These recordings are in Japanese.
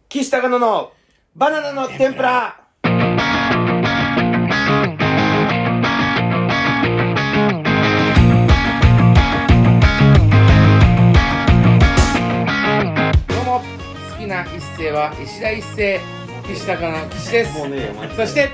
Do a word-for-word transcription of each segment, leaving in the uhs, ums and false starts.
岸高野のバナナの天ぷら。 どうも、好きな一世は石田一世、岸高野岸です。 もうねえよマジで。 そして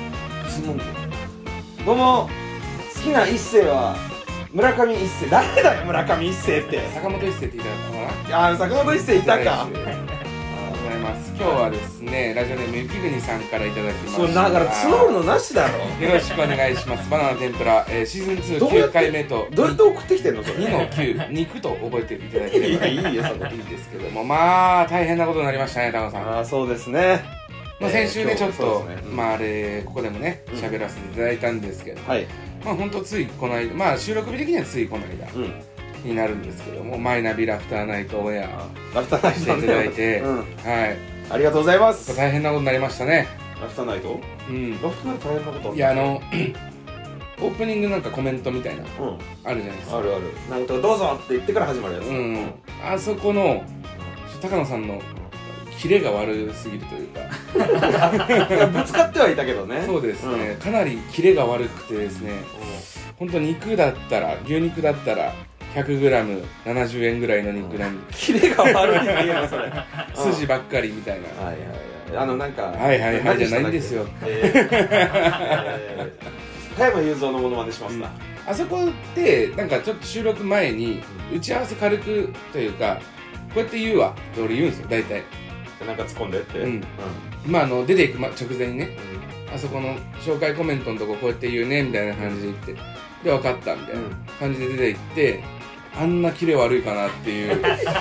どうも、好きな一世は村上一世。誰だよ村上一世って。 坂本一世って言いたかったのかな。 あー、坂本一世いたか。 ありがとうございます。今日はですね、ラジオネーム雪国さんからいただきました。 そうだから募るのなしだろ。 よろしくお願いします。バナナ天ぷら、えー、シーズンツーきゅうかいめとどうやって送ってきてんのそれ。 にのきゅう、肉と覚えていただければいやいいよそれいいですけども、まあ大変なことになりましたね、高野さん。 ああそうですね。 まあ、先週ね、 えーちょっと、 ねうん、 まああれここでもねうん喋らせていただいたんですけど、 はい。 まあ本当ついこの間、まあ収録日的にはついこの間うん。 になるんですけども、マイナビラフターナイトオンエアラフターナイトしていただいて、 うん。 はい、 ありがとうございます。 大変なことになりましたね。 ラフターナイト？ うんラフターナイト大変なことあった？ いや、あのオープニングなんかコメントみたいなうん。 あるじゃないですか。 あるある。なんかどうぞって言ってから始まるやつ。 うん、あそこの高野さんのキレが悪すぎるというかぶつかってはいたけどね。 そうですね、かなりキレが悪くてですね、本当肉だったら牛肉だったら ひゃくグラムななじゅうえんぐらいの肉なんで、 キレが悪いって言うのそれ。 筋ばっかりみたいな、 はいはいはい。あのなんかはいはいはいじゃないんですよ。 加山雄三のモノマネしますか。 あそこってなんかちょっと収録前に打ち合わせ軽くというか、こうやって言うわって俺言うんですよ大体。 なんか突っ込んでって。 うんまああの出ていく直前にね、あそこの紹介コメントのとここうやって言うねみたいな感じで言って、で分かったみたいな感じで出て行って、あんなキレ悪いかなっていう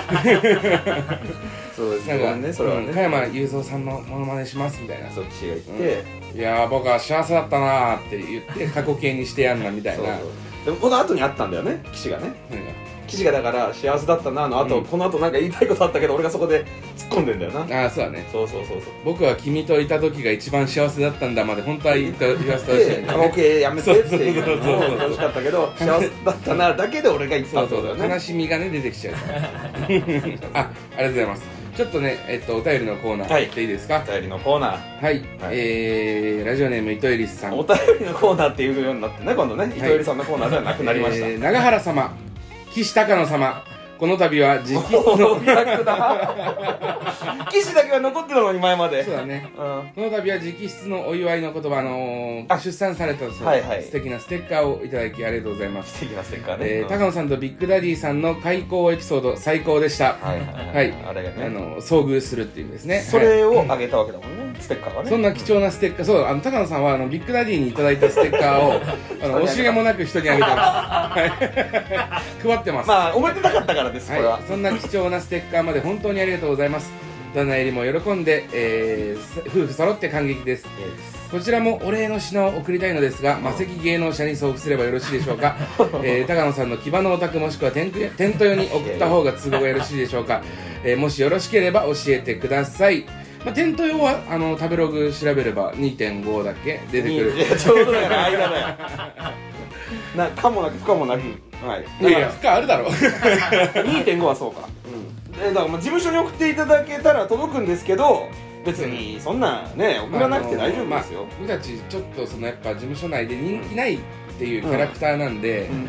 そうですなんかね、それはね。 加山雄三さんのモノマネしますみたいな、 そっちが言って、 いやー僕は幸せだったなーって言って過去形にしてやんなみたいな。 そうそうでもこの後にあったんだよね、岸がね。 何が岸がだから幸せだったなの後、 うんこの後なんか言いたいことあったけど俺がそこで突っ込んでんだよな。 ああそうだね、 そうそうそうそう。 僕は君といた時が一番幸せだったんだまで本当は言って言わせてほしいで、 んタバコ系やめてっていうそうそうそうそうのも楽しかったけど幸せだったなだけで俺が言ったそうそうってことだよね。 悲しみがね出てきちゃうからあ、ありがとうございます。ちょっとね、えっと、お便りのコーナーはい行っていいですか。 お便りのコーナー。 はい、 はいえー、ラジオネーム糸入さん、 お便りのコーナーっていうようになってね、今度ね、糸入さんのコーナーではなくなりました。 えー、長原様、岸高野様、この度は直筆の逆だ岸だけは残ってたのに前まで。 そうだね、 うんこの度は直筆のお祝いの言葉、あのー、 あ出産されたそう、 はいはい素敵なステッカーをいただきありがとうございます。 素敵なステッカーね。 えー、 うん高野さんとビッグダディさんの開口エピソード最高でした。 はいはいははいい。あれがね。 あの遭遇するっていうですね。 それをあげたわけだもんね、ステッカーがね。 そんな貴重なステッカー、そうあの高野さんはあのビッグダディにいただいたステッカーをあの惜しげもなく人にあげてます。はい配ってます。 まあ、おめでたかったからです、これははい。。そんな貴重なステッカーまで本当にありがとうございます。旦那よりも喜んで、えー、夫婦揃って感激です。こちらもお礼の品を送りたいのですが、魔石芸能者に送付すればよろしいでしょうか。えー、高野さんの木場のお宅もしくはテントテント用に送った方が都合がよろしいでしょうか。えー、もしよろしければ教えてください。まあ、テント用はあの食べログ調べれば にてんご だっけ出てくる。 いや、ちょうどだから間だよ。な、かもなく不可もなく。はい。 いやいや、負荷あるだろ。 にてんご はそうか。うん。で、だからまあ事務所に送っていただけたら届くんですけど、別にそんなね、送らなくて大丈夫ですよ。 まあ僕たちちょっとそのやっぱ事務所内で人気ないっていうキャラクターなんで、 うん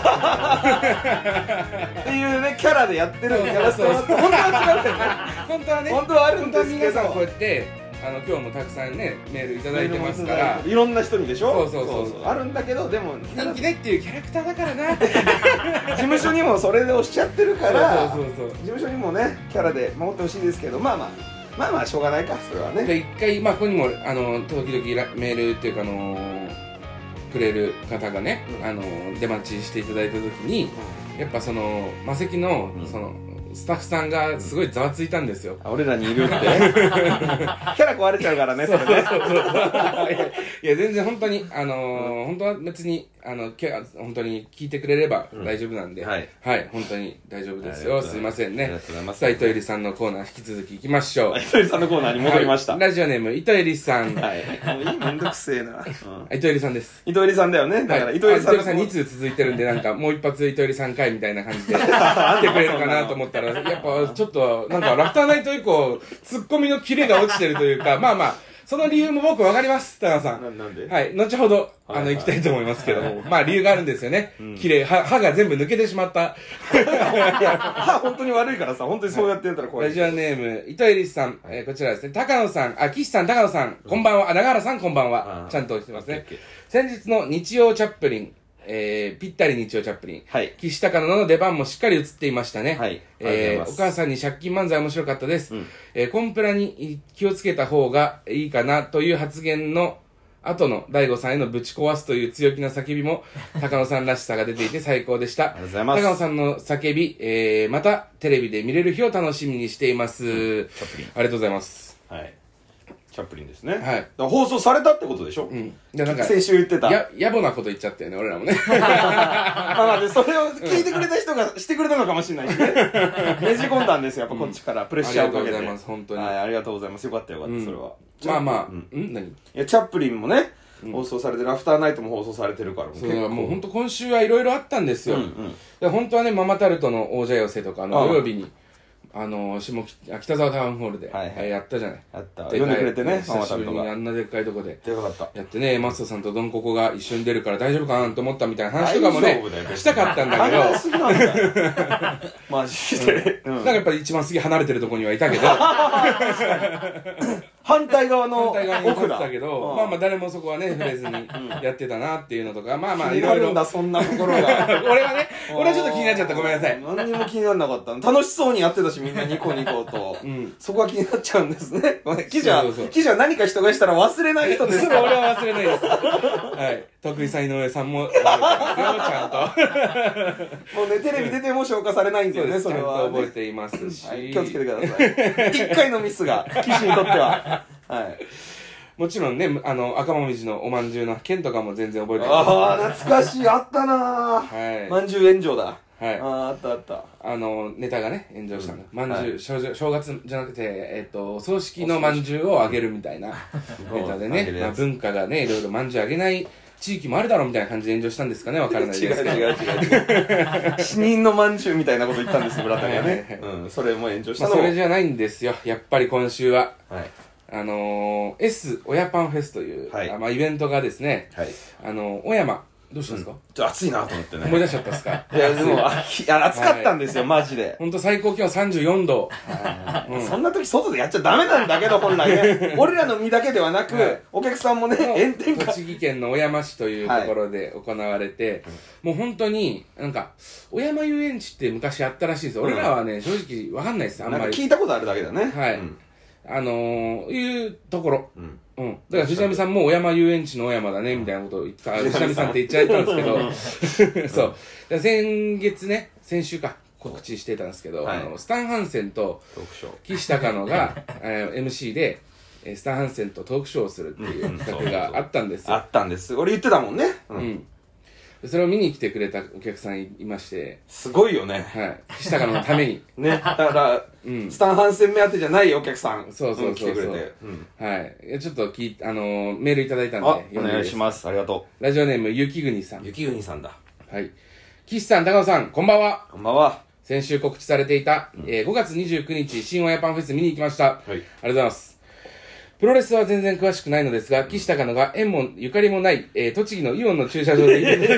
っていうね、キャラでやってるキャラクターそうそう本当は違うんだよね。 本当はね、 本当はあるん本当はですけど皆さんこうやってあの今日もたくさんねメールいただいてますから、 いろんな人にでしょ。 そうそうそうそうあるんだけど、でも人気ないっていうキャラクターだからな。 事務所にもそれで押しちゃってるからそうそうそう事務所にもねキャラで守ってほしいですけど、まあまあまあまあしょうがないか、それはそう。でね。 一回まあここにもあの時々メールっていうかあのくれる方がね、 うんあの出待ちしていただいた時に、やっぱその魔石のうんそのスタッフさんがすごいざわついたんですよ。 あ、俺らにいるってキャラ壊れちゃうからね、それね。 いや全然本当にあのー本当は別にあのけ本当に聞いてくれれば大丈夫なんで、 うんはいはい本当に大丈夫ですよ。 ありがとうございますすいませんね。 ありがとうございますさあ糸入さんのコーナー引き続きいきましょう。 糸入さんのコーナーに戻りました。 はい、ラジオネーム糸入さん。 はい。もういい、めんどくせえな。うん糸入さんです。 糸入さんだよね。だから糸入さんの糸入さんに通続いてるんでなんかもう一発糸入さん回みたいな感じで来てくれるかなと思ったからやっぱちょっとなんかラフターナイト以降ツッコミのキレが落ちてるというかまあまあその理由も僕わかります高野さん。 な, なんではい、後ほどあの行きたいと思いますけども、まあ理由があるんですよね、うん、キレ 歯, 歯が全部抜けてしまった歯本当に悪いからさ、本当にそうやってやったら怖い。 ラジオネーム糸井さん、えー、こちらですね、高野さん、あ岸さん、高野さん、こんばんは、あ永原さんこんばんは、ちゃんとしてますね。先日の日曜チャップリン、えー、ぴったり日曜チャップリン、はい、岸高野の出番もしっかり映っていましたね。はい、えー、お母さんに借金漫才面白かったです、うん、えー、コンプラに気をつけた方がいいかなという発言の後の大悟さんへのぶち壊すという強気な叫びも高野さんらしさが出ていて最高でした。ありがとうございます。高野さんの叫び、えー、またテレビで見れる日を楽しみにしています、うん、ありがとうございます。はい、 チャップリンですね。はい。放送されたってことでしょ。うん。じゃなんか先週言ってた。 や野暮なこと言っちゃったよね、俺らもね。 まあまあでそれを聞いてくれた人がしてくれたのかもしれないしね。ねじ込んだんですよ、やっぱこっちからプレッシャーをかけて。ありがとうございます、本当に。はい、ありがとうございます。よかったよかった、それは。 まあまあ、うん、何？いやチャップリンもね。放送されてる、ラフターナイトも放送されてるからもう結構もう本当今週はいろいろあったんですよ、うんうん、本当はねママタルトの王者寄せとかあの土曜日にあの下北沢タウンホールで、はいはい、やったじゃない。 やった呼んでくれてね、 久しぶりにあんなでっかいとこででかかったやってね、マストさんとドンココが一緒に出るから大丈夫かなと思ったみたいな話とかもねしたかったんだけどすぎなんだマジで、うん、なんかやっぱり一番すげえ離れてるとこにはいたけど反対側の反対側に立ってたけど、まあまあ誰もそこはね触れずにやってたなっていうのとか、まあまあいろいろ。気になるんだそんなところが。俺はね、俺はちょっと気になっちゃった、ごめんなさい。 何にも気にならなかった。楽しそうにやってたしみんなニコニコと、うん、そこは気になっちゃうんですね。記者記者何か人がしたら忘れない人です。 それ俺は忘れないです。はい。徳井さん井上さんもちゃんと。 もうねテレビ出ても消化されないんですよね、それは。 ちゃんと覚えていますし、 はい、気をつけてください。一回のミスが記者にとっては。はい、 もちろんね、あの赤もみじのおまんじゅうの件とかも全然覚えてます。 ああ懐かしい、あったなー、はい、まんじゅう炎上だ。はい、あああったあった。 あのネタがね炎上したの、うん、まんじゅう、はい、正, 正月じゃなくてえっ、ー、とお葬式のまんじゅうをあげるみたいなネタでね、まあ、文化がねいろいろまんじゅうあげない地域もあるだろうみたいな感じで炎上したんですかね、わからないですけど。違う違う違う違う。死人のまんじゅうみたいなこと言ったんですよ、村谷がね。うん、それも炎上したのも、 まあ、それじゃないんですよ、やっぱり今週は。はい。あのー、S 親パンフェスという、はい、まあ、イベントがですね、はい、あのー、小山、どうしたんですか、うん、 ちょっと暑いなと思ってね。 思い出しちゃったっすか。 いや、でも、あいや暑かったんですよ、はい、マジで。 ほんと最高気温さんじゅうよんど。 うん、そんな時外でやっちゃダメなんだけど、本来ね。俺らの身だけではなく、はい、お客さんもね、炎天下。 栃木県の小山市というところで行われて、はい、もう本当に、なんか、小山遊園地って昔あったらしいですよ。うん、俺らはね、正直わかんないです、あんまり。 聞いたことあるだけだね。 はい。うん、あのー、いうところ。うんうん。だから藤波さんも小山遊園地の小山だね、みたいなことを言って、藤波さんって言っちゃったんですけど、そう。先月ね、先週か、告知してたんですけど、はい、あのスタン・ハンセンと岸高野が、えー、エムシー で、スタン・ハンセンとトークショーをするっていう企画があったんですよ。 あったんです。俺言ってたもんね。 うん。うんそれを見に来てくれたお客さんいまして。 すごいよね。 はい。岸高野のために。 ね。だから、うん、スタン・ハンセン目当てじゃないお客さん。 そうそうそうそう。来てくれて。うん、はい。ちょっと聞いあのー、メールいただいたんで。 あ、お願いします。ありがとう。ラジオネーム、雪国さん。 雪国さんだ。 はい。岸さん、高野さん、こんばんは。 こんばんは。先週告知されていた、うん、えー、ごがつにじゅうくにち、新親パンフェス見に行きました。はい。ありがとうございます。プロレスは全然詳しくないのですが、岸高野が縁もゆかりもない、えー、栃木のイオンの駐車場でイベント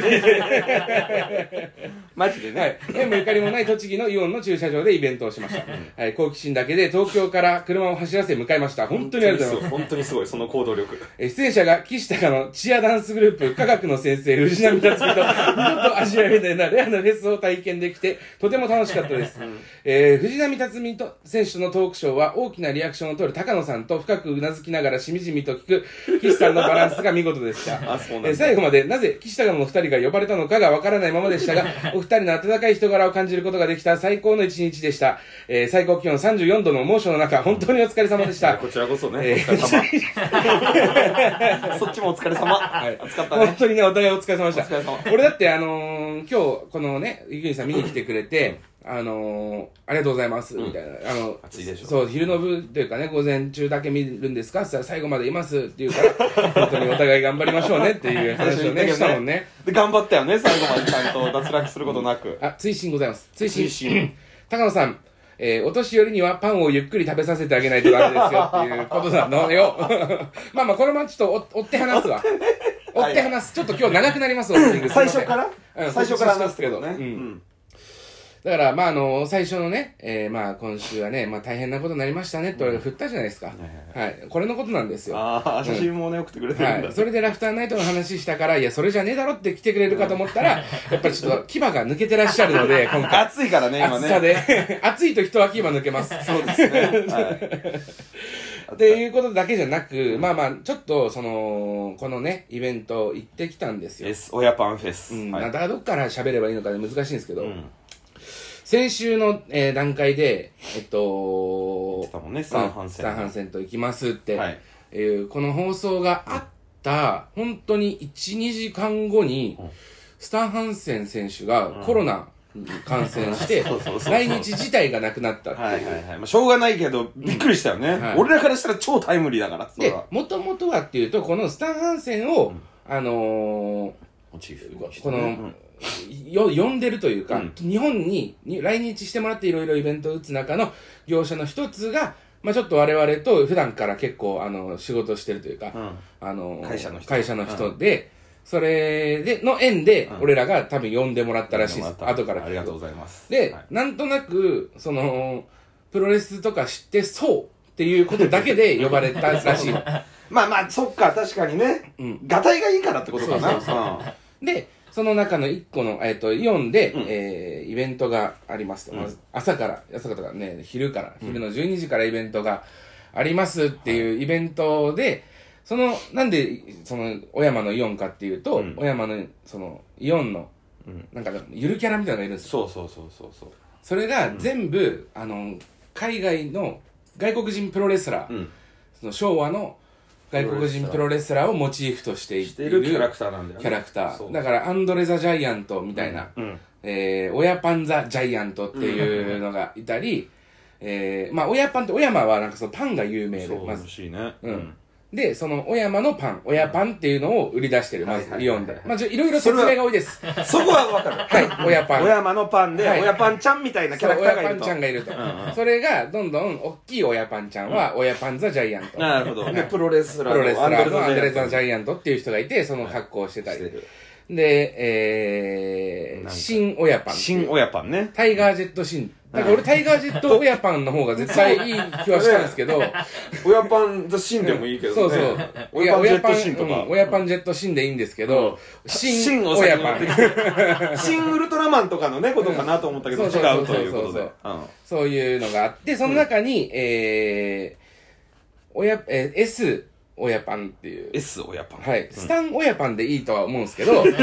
マジでね、 はい。縁もゆかりもない栃木のイオンの駐車場でイベントをしました。はい、好奇心だけで東京から車を走らせ向かいました。本当にありがとうございます。 本当にすごい、その行動力。 えー、出演者が岸高野チアダンスグループ、科学の先生、藤波辰巳と、二度と味わえないなレアなフェスを体験できて、とても楽しかったです。えー、藤波辰巳と選手のトークショーは大きなリアクションを取る高野さんと深くうなずきながらしみじみと聞く岸さんのバランスが見事でした。あ、そうなんだ。えー、最後までなぜ岸高野の二人が呼ばれたのかがわからないままでしたが、お二人の温かい人柄を感じることができた最高の一日でした。えー、最高気温さんじゅうよんどの猛暑の中、本当にお疲れ様でした。 こちらこそね、えー、お疲れ様。そっちもお疲れ様。はい。暑かったね。 本当にね、お互いお疲れ様でした。お疲れ様。俺だってあのー、今日このね、ゆきにさん見に来てくれて、あのー、ありがとうございます、みたいな。うん、あの、 暑いでしょ。 そう、昼の部というかね、午前中だけ見るんですかって言ったら最後までいますって言うから、本当にお互い頑張りましょうねっていう話をね、したもんね。 で、頑張ったよね、最後までちゃんと脱落することなく。 あ、追伸ございます。追伸。追伸高野さん、 えー、お年寄りにはパンをゆっくり食べさせてあげないとダメですよっていうことなのよ。まあまあ、このままちょっと追って話すわ。追って話す。ちょっと今日長くなります、オープニング。 最初から、 うん、 最初から話すけどね。 うん。だから、まあ、あの、最初のね、えー、まあ、今週はね、まあ、大変なことになりましたねって俺が振ったじゃないですか。うん、はい。これのことなんですよ。 ああ、写真もね、送ってくれてるんだ、 はい。それでラフターナイトの話したから、いや、それじゃねえだろって来てくれるかと思ったら、やっぱりちょっと牙が抜けてらっしゃるので、今回。 暑いからね、今ね。 暑さで。暑いと人は牙抜けます。 そうですね。はい。 っていうことだけじゃなく、まあまあ、ちょっと、その、このね、イベント行ってきたんですよ。 です。親パンフェス。 うん。はい、だからどっから喋ればいいのか難しいんですけど、うん、先週の、えー、段階で、えっと、 もね、スタンハンセン。 スタンハンセンと行きますって、はい、えー、この放送があった、うん、本当にいち、にじかんごに、うん、スタンハンセン選手がコロナに感染して、来日自体がなくなったっていう。はいはいはい。 まあ、しょうがないけど、びっくりしたよね。うんはい、俺らからしたら超タイムリーだから。 で、もともとはっていうと、このスタンハンセンを、うん、あのー、 モチーフ、 この、うんよ呼んでるというか、うん、日本にに来日してもらっていろいろイベントを打つ中の業者の一つが、まあちょっと我々と普段から結構あの仕事してるというか、うん、あの会社の人会社の人で、うん、それでの縁で俺らが多分呼んでもらったらしいです、うん、後からありがとうございます。 で、 はい、 なんとなくそのプロレスとか知ってそうっていうことだけで呼ばれたらしいまあまあそっか、確かにね、うん、がたいがいいからってことかな。そうそうそううん、でその中の一個の、えっと、イオンで、うん、えー、イベントがありますと。うん、まず朝から、朝からね、昼から、昼のじゅうにじからイベントがありますっていうイベントで、その、なんで、その、小山のイオンかっていうと、うん、小山の、その、イオンの、うん、なんか、ゆるキャラみたいなのがいるんですよ。そうそうそうそうそう。 それが全部、うん、あの、海外の外国人プロレスラー、うん、その昭和の、外国人プロレスラーをモチーフとしているキャラクターなんだよね。 キャラクター。だからアンドレ・ザ・ジャイアントみたいな、うん、えー、親パン・ザ・ジャイアントっていうのがいたり、えー、まあ親パンって小山はなんかそのパンが有名で、まず。 しいね。 うん。で、その小山のパン、親パンっていうのを売り出してる、まずイオンで。まあいろいろ説明が多いです。 そこはわかる。 はい、親パン。 小山のパンで、親パンちゃんみたいなキャラクターがいると。 親パンちゃんがいると。それが、どんどん大きい親パンちゃんは、親パンザ・ジャイアント。 なるほど。で、プロレスラーのアンドレザ・ジャイアントっていう人がいて、その格好をしてたり。で、えー、新親パン。 新親パンね。 タイガージェット新。なんか俺タイガージェット親パンの方が絶対いい気はしたんですけど。 親パンザシンでもいいけどね。 そうそう。 親パンジェットシンとか。 親パンジェットシンでいいんですけど、新親パン。 新ウルトラマンとかのね、ことかなと思ったけど、違うということで。 そういうのがあって、その中に、えー、親、えー、S、親パンっていう。 S 親パン。 はい。スタン親パンでいいとは思うんですけど。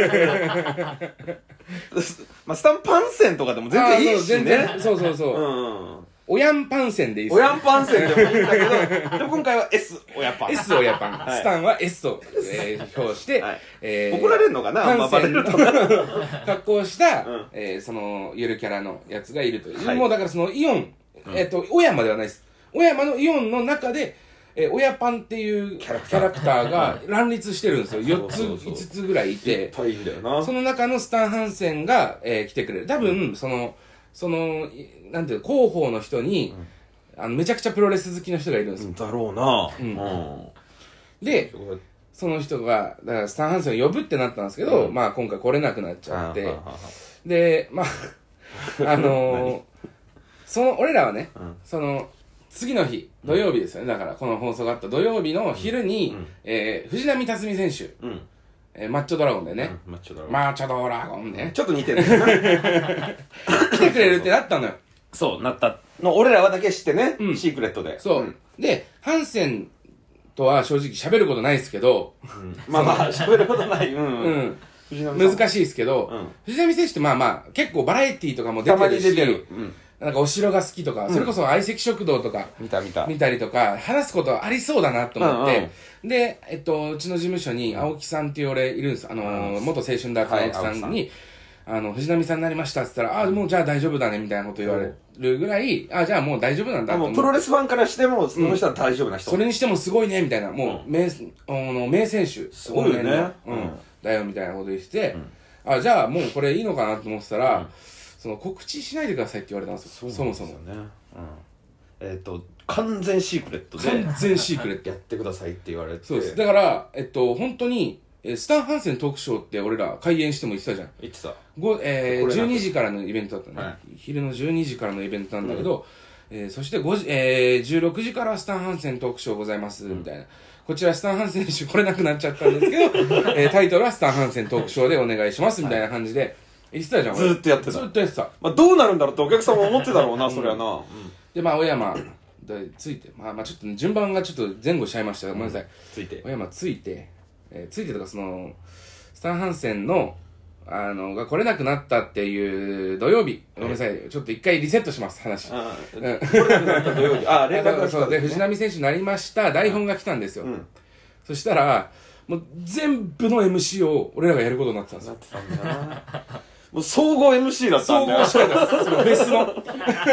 まあ、スタンパンセンとかでも全然いいしね。 そうそうそう。うん。おやんパンセンでいいっす。 おやんパンセンでもいいんだけど、でも今回は S 親パン。 S 親パン。はい、スタンは S と、えー、表して、はい、 えー、怒られるのかなパンセンの格好した、うん、えー、その、ゆるキャラのやつがいるという。はい、もうだからそのイオン、えっ、ー、と、小山ではないです。小山のイオンの中で、えー、親パンっていうキャラクターが乱立してるんですよ。よっつ、いつつぐらいいて。 いっぱいいるんだよな。 その中のスタンハンセンが、えー、来てくれる。多分、その、その、なんていうの、広報の人に、うん、あの、めちゃくちゃプロレス好きの人がいるんですよ。 だろうな、 うんうん、で、その人が、だからスタンハンセンを呼ぶってなったんですけど、うん、まあ今回来れなくなっちゃって、で、まあ、あのー、その、俺らはね、うん、その、次の日、土曜日ですよね。だから、この放送があった土曜日の昼に、うん、えー、藤波辰巳選手、うん、えー、マッチョドラゴンでね、 うん、マッチョドラゴン。 マッチョドラゴンね。 ちょっと似てるんだよな。 来てくれるってなったのよ。 そう、なった。の、俺らはだけ知ってね、うん、シークレットで。 そう。うん、で、ハンセンとは正直喋ることないですけど、 うん、まあまあ、喋ることない。うん。 うん、難しいですけど、うん、藤波選手ってまあまあ、結構バラエティーとかも出てるし、たまに出てる。うん、なんかお城が好きとか、うん、それこそ相席食堂とか見た見た見たりとか話すことありそうだなと思って、うんうん、で、えっと、うちの事務所に青木さんっていう俺いるんです。あのー、元青春ダークの青木さんに、はい、あの、藤波さんになりましたって言ったら、ああ、もうじゃあ大丈夫だねみたいなこと言われるぐらい、ああ、じゃあもう大丈夫なんだと思って。 もうプロレスファンからしても、その人は大丈夫な人、 うん。それにしてもすごいねみたいな、もう名、うん、の名選手。 すごいよね。 うん。だよみたいなこと言ってて、うん、あ、じゃあもうこれいいのかなと思ってたら、うん、 その告知しないでくださいって言われたんですよ。そもそもね、うん、 えっ、ー、と完全シークレットで完全シークレットやってくださいって言われて。 そうです。だからえっと本当にスタン・ハンセントークショーって俺ら開演しても言ってたじゃん。 言ってた。 ご、えー、じゅうにじからのイベントだったね、 はい、 昼のじゅうにじからのイベントなんだけど、うん、えー、そしてごじ、えー、じゅうろくじからスタン・ハンセントークショーございます、うん、みたいな。こちらスタン・ハンセン選手来れなくなっちゃったんですけど、えー、タイトルはスタン・ハンセントークショーでお願いしますみたいな感じで言ってたじゃん。 ずーっとやってた。 ずーっとやってた。 まあ、どうなるんだろうってお客さんも思ってたろうな、うん、そりゃな、うん、 でまあ小山でついて、まあまあちょっと、ね、順番がちょっと前後しちゃいましたが、ごめんなさい。 ついて小山ついて、えー、ついてとかそのスタン・ハンセンのあのが来れなくなったっていう土曜日、ごめんなさい、ちょっと一回リセットします話。 ああ、来れなくなった土曜日。ああ、連絡が来た、ね、 そうで藤波選手になりました。台本が来たんですよ。うん、そしたらもう全部の エムシー を俺らがやることになってたんですよ。 なってたんだな。もう総合 エムシー だったんだよ。 総合司会です。そのフェスの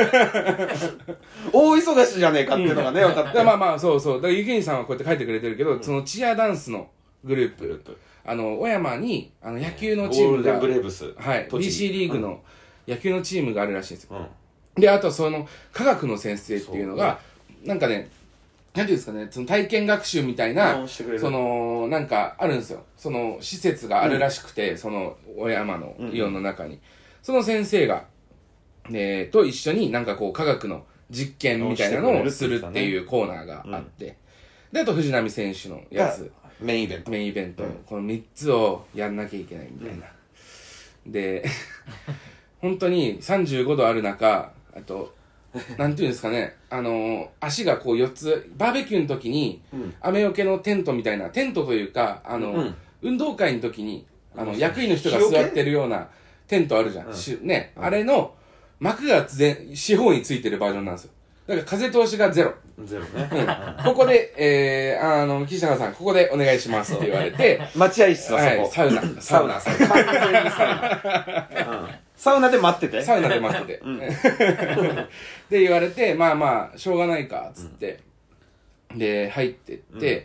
大忙しじゃねえかっていうのがね、分かって。 まあまあそうそう。だからゆきにさんはこうやって書いてくれてるけど、うん、そのチアダンスのグループ。グループあの小山にあの野球のチームが、 ゴールデンブレーブス、 はい、ビーシー リーグの野球のチームがあるらしいんですよ、うん、であとその科学の先生っていうのがう、ね、なんかねなんていうんですかね、その体験学習みたいなそのなんかあるんですよ、その施設があるらしくて、うん、その小山のイオンの中に、うん、その先生が、えー、と一緒になんかこう科学の実験みたいなのをするっていうコーナーがあって、うん、であと藤波選手のやつメインイベント。 メインイベント、うん、このみっつをやんなきゃいけないみたいな。うん、で、本当にさんじゅうごどある中、あと、なんていうんですかね、あの、足がこうよっつ、バーベキューの時に、うん、雨よけのテントみたいな、テントというか、あの、うん、運動会の時に、あの、役員の人が座ってるようなテントあるじゃん。うん、ね、うん、あれの幕が全四方についてるバージョンなんですよ。だから風通しがゼロ。 ゼロね。 うん。ここで、えー、あの、岸原さん、ここでお願いしますって言われて。 待合室はそこ。 はい、サウナ。 サウナ、サウナ。完全にサウナ。うん。サウナで待ってて。 サウナで待ってて。うん。で、言われて、まあまあ、しょうがないか、つって。うん、で、入ってって、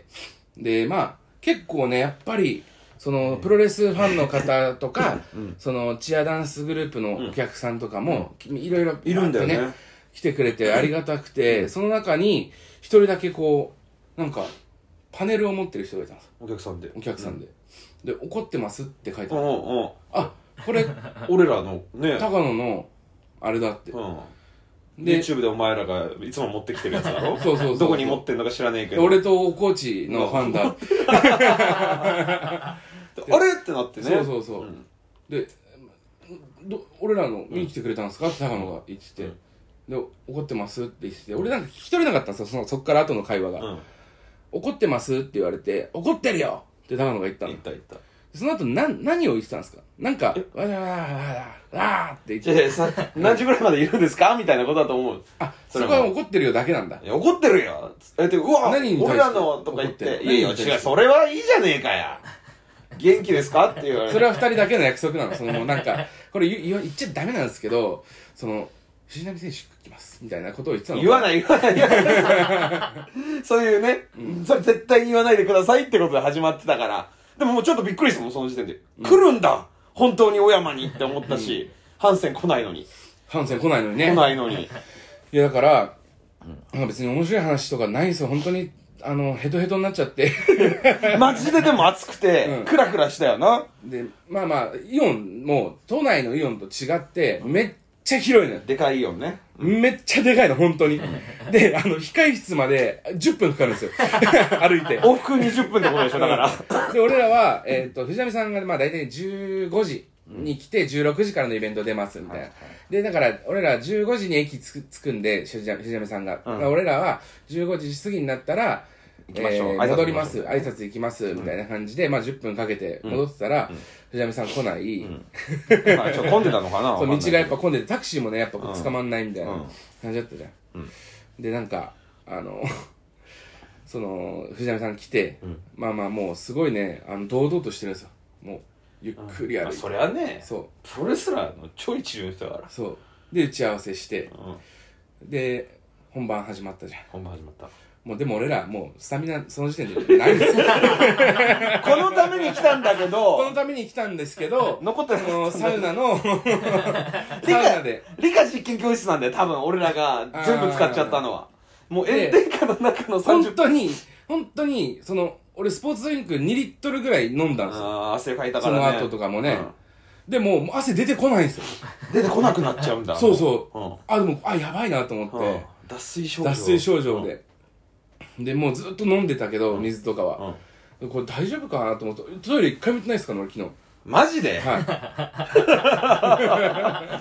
うん、で、まあ、結構ね、やっぱり、その、プロレスファンの方とか、うん、その、チアダンスグループのお客さんとかも、うん、いろいろ、 いるんだよね。 来てくれてありがたくて、うん、その中に一人だけこうなんかパネルを持ってる人がいたんです。 お客さんでお客さんで、うん、で怒ってますって書いてある。 うんうん、 あ、これ俺らのね高野のあれだって、うん、 で YouTube でお前らがいつも持ってきてるやつだろ。 そうそうそう、 どこに持ってんのか知らねえけど俺とコーチのファンだ、うん、 あれってなってね。 そうそうそう、うん、でど俺らの見に来てくれたんですかって高野が言ってて、うん、で怒ってますって言ってて、俺なんか聞き取れなかったんですよ、そのそっから後の会話が、うん、怒ってますって言われて、怒ってるよって高野が言ったの。 言った言った。 その後な何を言ってたんですか。なんかわーわーわーわーって言って、 さ何時ぐらいまでいるんですかみたいなことだと思う。 あ、そこは怒ってるよだけなんだ。 いや怒ってるよえってうわ何に俺らのとか言って、いやいや違う、それはいいじゃねえかや元気ですかって言われる。 それはふたりだけの約束なの。そのなんかこれ言っちゃダメなんですけど、その藤波選手来ますみたいなことを言ってたの。 言わない言わない言わないそういうね、うん、それ絶対に言わないでくださいってことで始まってたから。でももうちょっとびっくりしたもんその時点で、うん、来るんだ本当に小山にって思ったし、うん、ハンセン来ないのにハンセン来ないのにね来ないのにいやだから、うん、別に面白い話とかないんですよ本当に。あのヘトヘトになっちゃってマジででも暑くて、うん、クラクラしたよな。 でまあまあイオンも都内のイオンと違ってめっちゃ広いのよ。 でかいイオンね、 うん、めっちゃでかいの本当にであの控室までじゅっぷんかかるんですよ歩いて往復にじゅっぷんってことでしょだからで俺らは、えー、と藤波さんがまあ大体じゅうごじに来てじゅうろくじからのイベント出ますみたいな、はいはい、でだから俺らじゅうごじに駅つく着くんで藤波さんが、うん、俺らはじゅうごじ過ぎになったら行きましょう、えー、戻ります挨拶行きますみたいな感じで、まあじゅっぷんかけて戻ってたら、うん、藤波さん来ない、うん、 まあちょっと混んでたのかなそう道がやっぱ混んでてタクシーもねやっぱ捕まんないみたいな感じだったじゃん、うん、でなんかあのその藤波さん来て、うん、まあまあもうすごいねあの堂々としてるんですよ。もうゆっくり歩いて、うんまあ、 それはねそうプロレスラーの超一流の人だからそうで打ち合わせして、うん、で本番始まったじゃん。 本番始まったもうでも俺らもうスタミナその時点でないんですよこのために来たんだけどこのために来たんですけど残ってなかったんだサウナのサウナで理科実験教室なんだよ多分俺らが全部使っちゃったのはもう炎天下の中のさんじゅっぷん本当に本当にその俺スポーツドリンクにリットルぐらい飲んだんですよ。 ああ汗かいたからねその後とかもね、 うんでもう汗出てこないんですよ。 出てこなくなっちゃうんだそうそう、 うん、 あでもあやばいなと思って、 うん、脱水症状脱水症状で、うん、でもうずっと飲んでたけど、うん、水とかは、うん、これ大丈夫かなと思ってトイレ一回も行ってないですかね俺昨日。 マジで、 はい、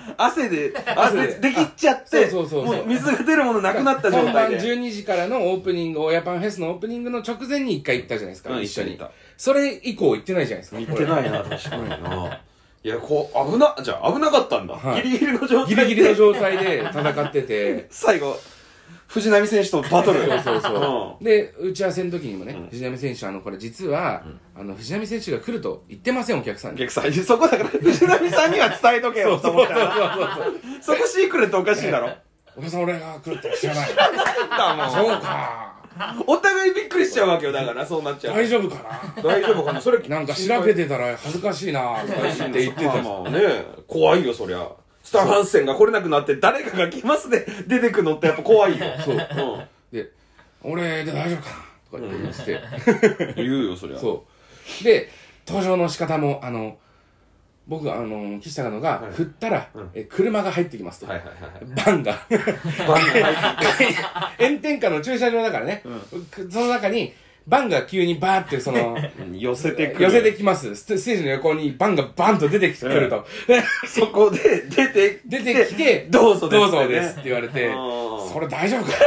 汗で汗でできっちゃってそうそうそうそうもう水が出るものなくなった状態で本番じゅうにじからのオープニング親パンフェスのオープニングの直前に一回行ったじゃないですか、 うん、 一緒に行ったそれ以降行ってないじゃないですか。 行ってないな確かにないやこう危なじゃあ危なかったんだ、はい、ギリギリの状態でギリギリの状態で戦ってて最後藤波選手とバトルそうそうそう、うん、で打ち合わせの時にもね、うん、藤波選手あのこれ実は、うん、あの藤波選手が来ると言ってませんお客さんにお客さんそこだから藤波さんには伝えとけよと思ったらそこシークレットおかしいだろお客さん俺が来るって知らないだもんそうかお互いびっくりしちゃうわけよだからそうなっちゃう大丈夫かな大丈夫かなそれなんか調べてたら恥ずかしいなとか言って言ってたまあね怖いよそりゃスタンハンセンが来れなくなって誰かが来ますで出てくのってやっぱ怖いよそう、うん、で俺で大丈夫かなとか言って、 うん、言うよそりゃそうで登場の仕方もあの僕あの岸高野が振ったら、はい、え車が入ってきますと、はいはいはい、バンがバンが入ってきて炎天下の駐車場だからね、うん、その中にバンが急にバーってその寄せてくる寄せてきますステージの横にバンがバンと出てくると、うん、 そこで出て出てきてどうぞです、ね、 どうぞですって言われてそれ大丈夫か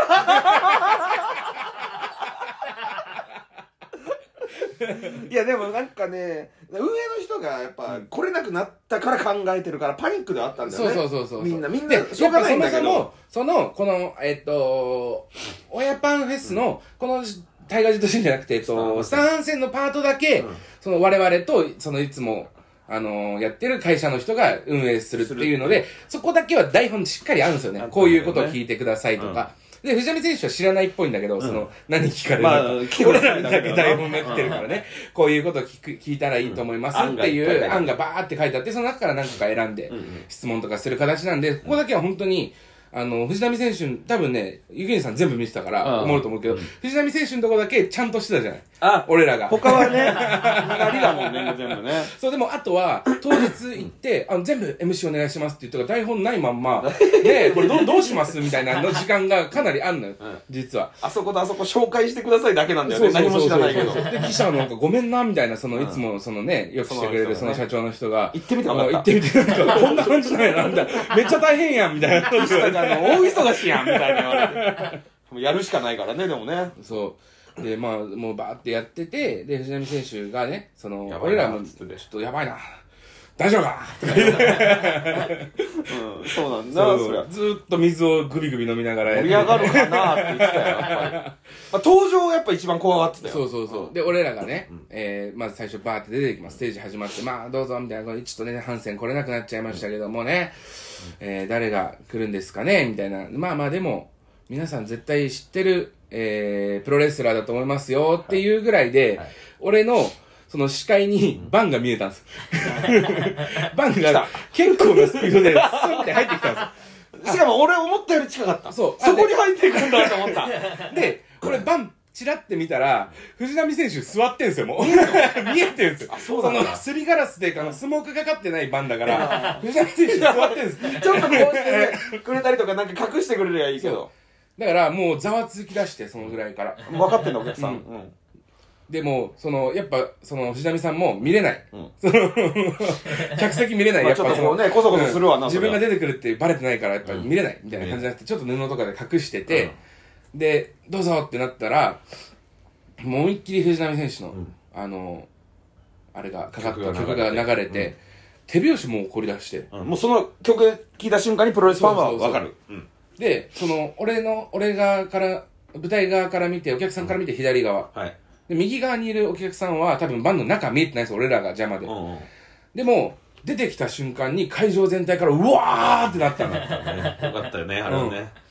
いやでもなんかね運営の人がやっぱ来れなくなったから考えてるからパニックではあったんだよねそうそうそうそうみんなみんなしょうがないんだけどそもそもそのこのえっと親パンフェスのこのタイガージェットシーンじゃなくて、えっと、スタンハンセンのパートだけ、うん、その我々とそのいつもあのー、やってる会社の人が運営するっていうのでそこだけは台本しっかりあるんですよね、こういうことを聞いてくださいとか、うん、で藤波選手は知らないっぽいんだけど、うん、その何聞かれるのか、まあ、俺らだけ台本めくってるからね、うん、こういうことを聞く聞いたらいいと思いますっていう案がバーって書いてあってその中から何個か選んで質問とかする形なんで、ここだけは本当にあの藤波選手多分ねゆきにさん全部見てたから思うと思うけど、うん、藤波選手のところだけちゃんとしてたじゃない、あ俺らが他はねありだもんね全部ねそうでもあとは当日行ってあの全部 エムシー お願いしますって言ったから台本ないまんまでこれ ど, どうしますみたいなの時間がかなりあんのよ、うん、実はあそことあそこ紹介してくださいだけなんだよね何も知らないけどで記者のなんかごめんなみたいなそのいつもそのねよくしてくれるその社長の人が行ってみて分かった行ってみてなんかこんな感じなんやなみたいなめっちゃ大変やんみたいな大忙しやんみたいな言われてやるしかないからねでもねそうでまあもうバーってやっててで藤波選手がねその俺らもちょっとやばいな大丈夫かとか言ってうんそうなんだそれずーっと水をグビグビ飲みながら盛り上がるかなって言ってたよやっぱり、まあ、登場やっぱ一番怖がってたよそうそうそう、うん、で俺らがね、うんえー、まず最初バーって出てきますステージ始まってまあどうぞみたいなちょっとねハンセン来れなくなっちゃいましたけどもね、うんえー、誰が来るんですかねみたいなまあまあでも皆さん絶対知ってる、えー、プロレスラーだと思いますよっていうぐらいで、はいはい、俺のその視界にバンが見えたんですバンが結構なスピードでスンって入ってきたんですよしかも俺思ったより近かったそうそこに入っていくんだと思ったで俺バンチラって見たら藤波選手座ってんすよもう見えてるんですよ。あそうだなそのすりガラスっていうかスモークかかってないバンだから藤波選手座ってんすちょっとこうしてくれたりとかなんか隠してくれりゃいいけどだからもうざわつき出してそのぐらいから分かってんのお客さん、うんうんでもそのやっぱその藤波さんも見れない、うん、その客席見れない、 まあ、やっぱそのねこそこそするわな、 うん、自分が出てくるってバレてないからやっぱ見れないみたいな感じになってちょっと布とかで隠してて、うん、でどうぞってなったらもう思いっきり藤波選手の、うん、あのあれがかかった曲が流れて、うん、手拍子も起こり出して、 うん、もうその曲聴いた瞬間にプロレスファンは分かるでその俺の俺側から舞台側から見てお客さんから見て左側、うんはいで右側にいるお客さんは多分バンの中見えてないです俺らが邪魔で、うんうん、でも出てきた瞬間に会場全体からうわーってなったんだよかったよねあれはね、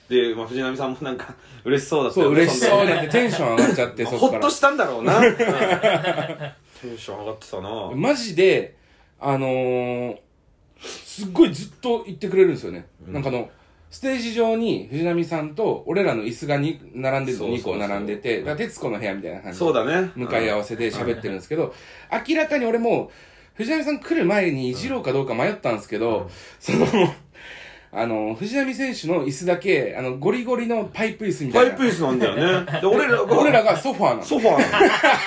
で、まあ、藤波さんもなんか嬉しそうだったそう嬉しそうになってテンション上がっちゃってそっからほっとしたんだろうなテンション上がってたなマジであのー、すっごいずっと言ってくれるんですよね、うん、なんかあのステージ上に藤波さんと俺らの椅子がに並んでるのにこ並んでて、だから徹子の部屋みたいな感じでそうだね向かい合わせで喋ってるんですけど、明らかに俺も藤波さん来る前にいじろうかどうか迷ったんですけど、うん、そのあの藤波選手の椅子だけあのゴリゴリのパイプ椅子みたいなパイプ椅子なんだよねで俺らが俺らがソファーなのソファーなの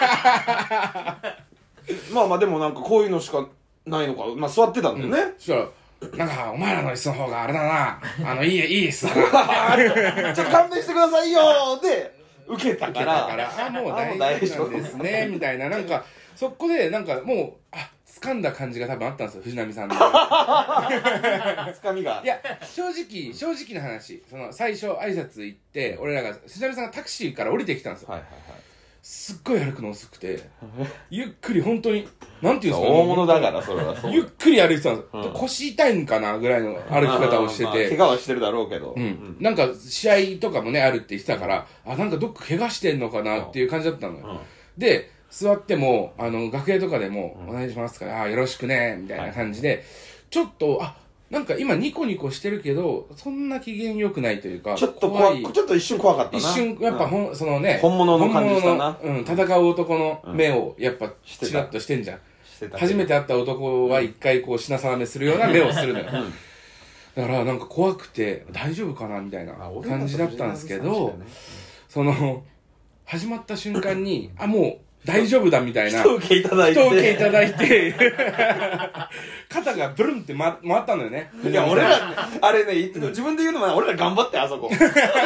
まあまあでもなんかこういうのしかないのかまあ座ってたんだよね、 うん、そしたらなんかお前らの椅子の方があれだなあのいいいい椅子だなちょっと勘弁してくださいよーで受けたから受けたからあもう大丈夫なんですねみたいななんかそこでなんかもうあ掴んだ感じが多分あったんですよ藤波さんの掴みがいや正直正直な話その最初挨拶行って俺らが藤波さんがタクシーから降りてきたんですよ、はいはいはい、すっごい歩くの遅くてゆっくり本当になんていうんですか、 大物だからそれはそうゆっくり歩いてたんですよ、うん、腰痛いんかなぐらいの歩き方をしてて、まあ、 怪我はしてるだろうけど、 うんうん、なんか試合とかもねあるって言ってたからあなんかどっか怪我してんのかなっていう感じだったのよ、うん、で座ってもあの楽屋とかでも、うん、お願いしますから、あよろしくねみたいな感じで、はい、ちょっとあなんか今ニコニコしてるけどそんな機嫌良くないというかちょっと怖いちょっと一瞬怖かったな一瞬やっぱ、うん、そのね本物の感じしたな、 うん、戦う男の目をやっぱチラッとしてんじゃん、うん、初めて会った男は一回こう品定めするような目をするのよ、うん、だからなんか怖くて大丈夫かなみたいな感じだったんですけど、その始まった瞬間にあもう大丈夫だみたいな人受けいただいて人受けいただいて肩がブルンって、ま、回ったのよね。 いや俺らあれね自分で言うのも俺ら頑張ってあそこおーい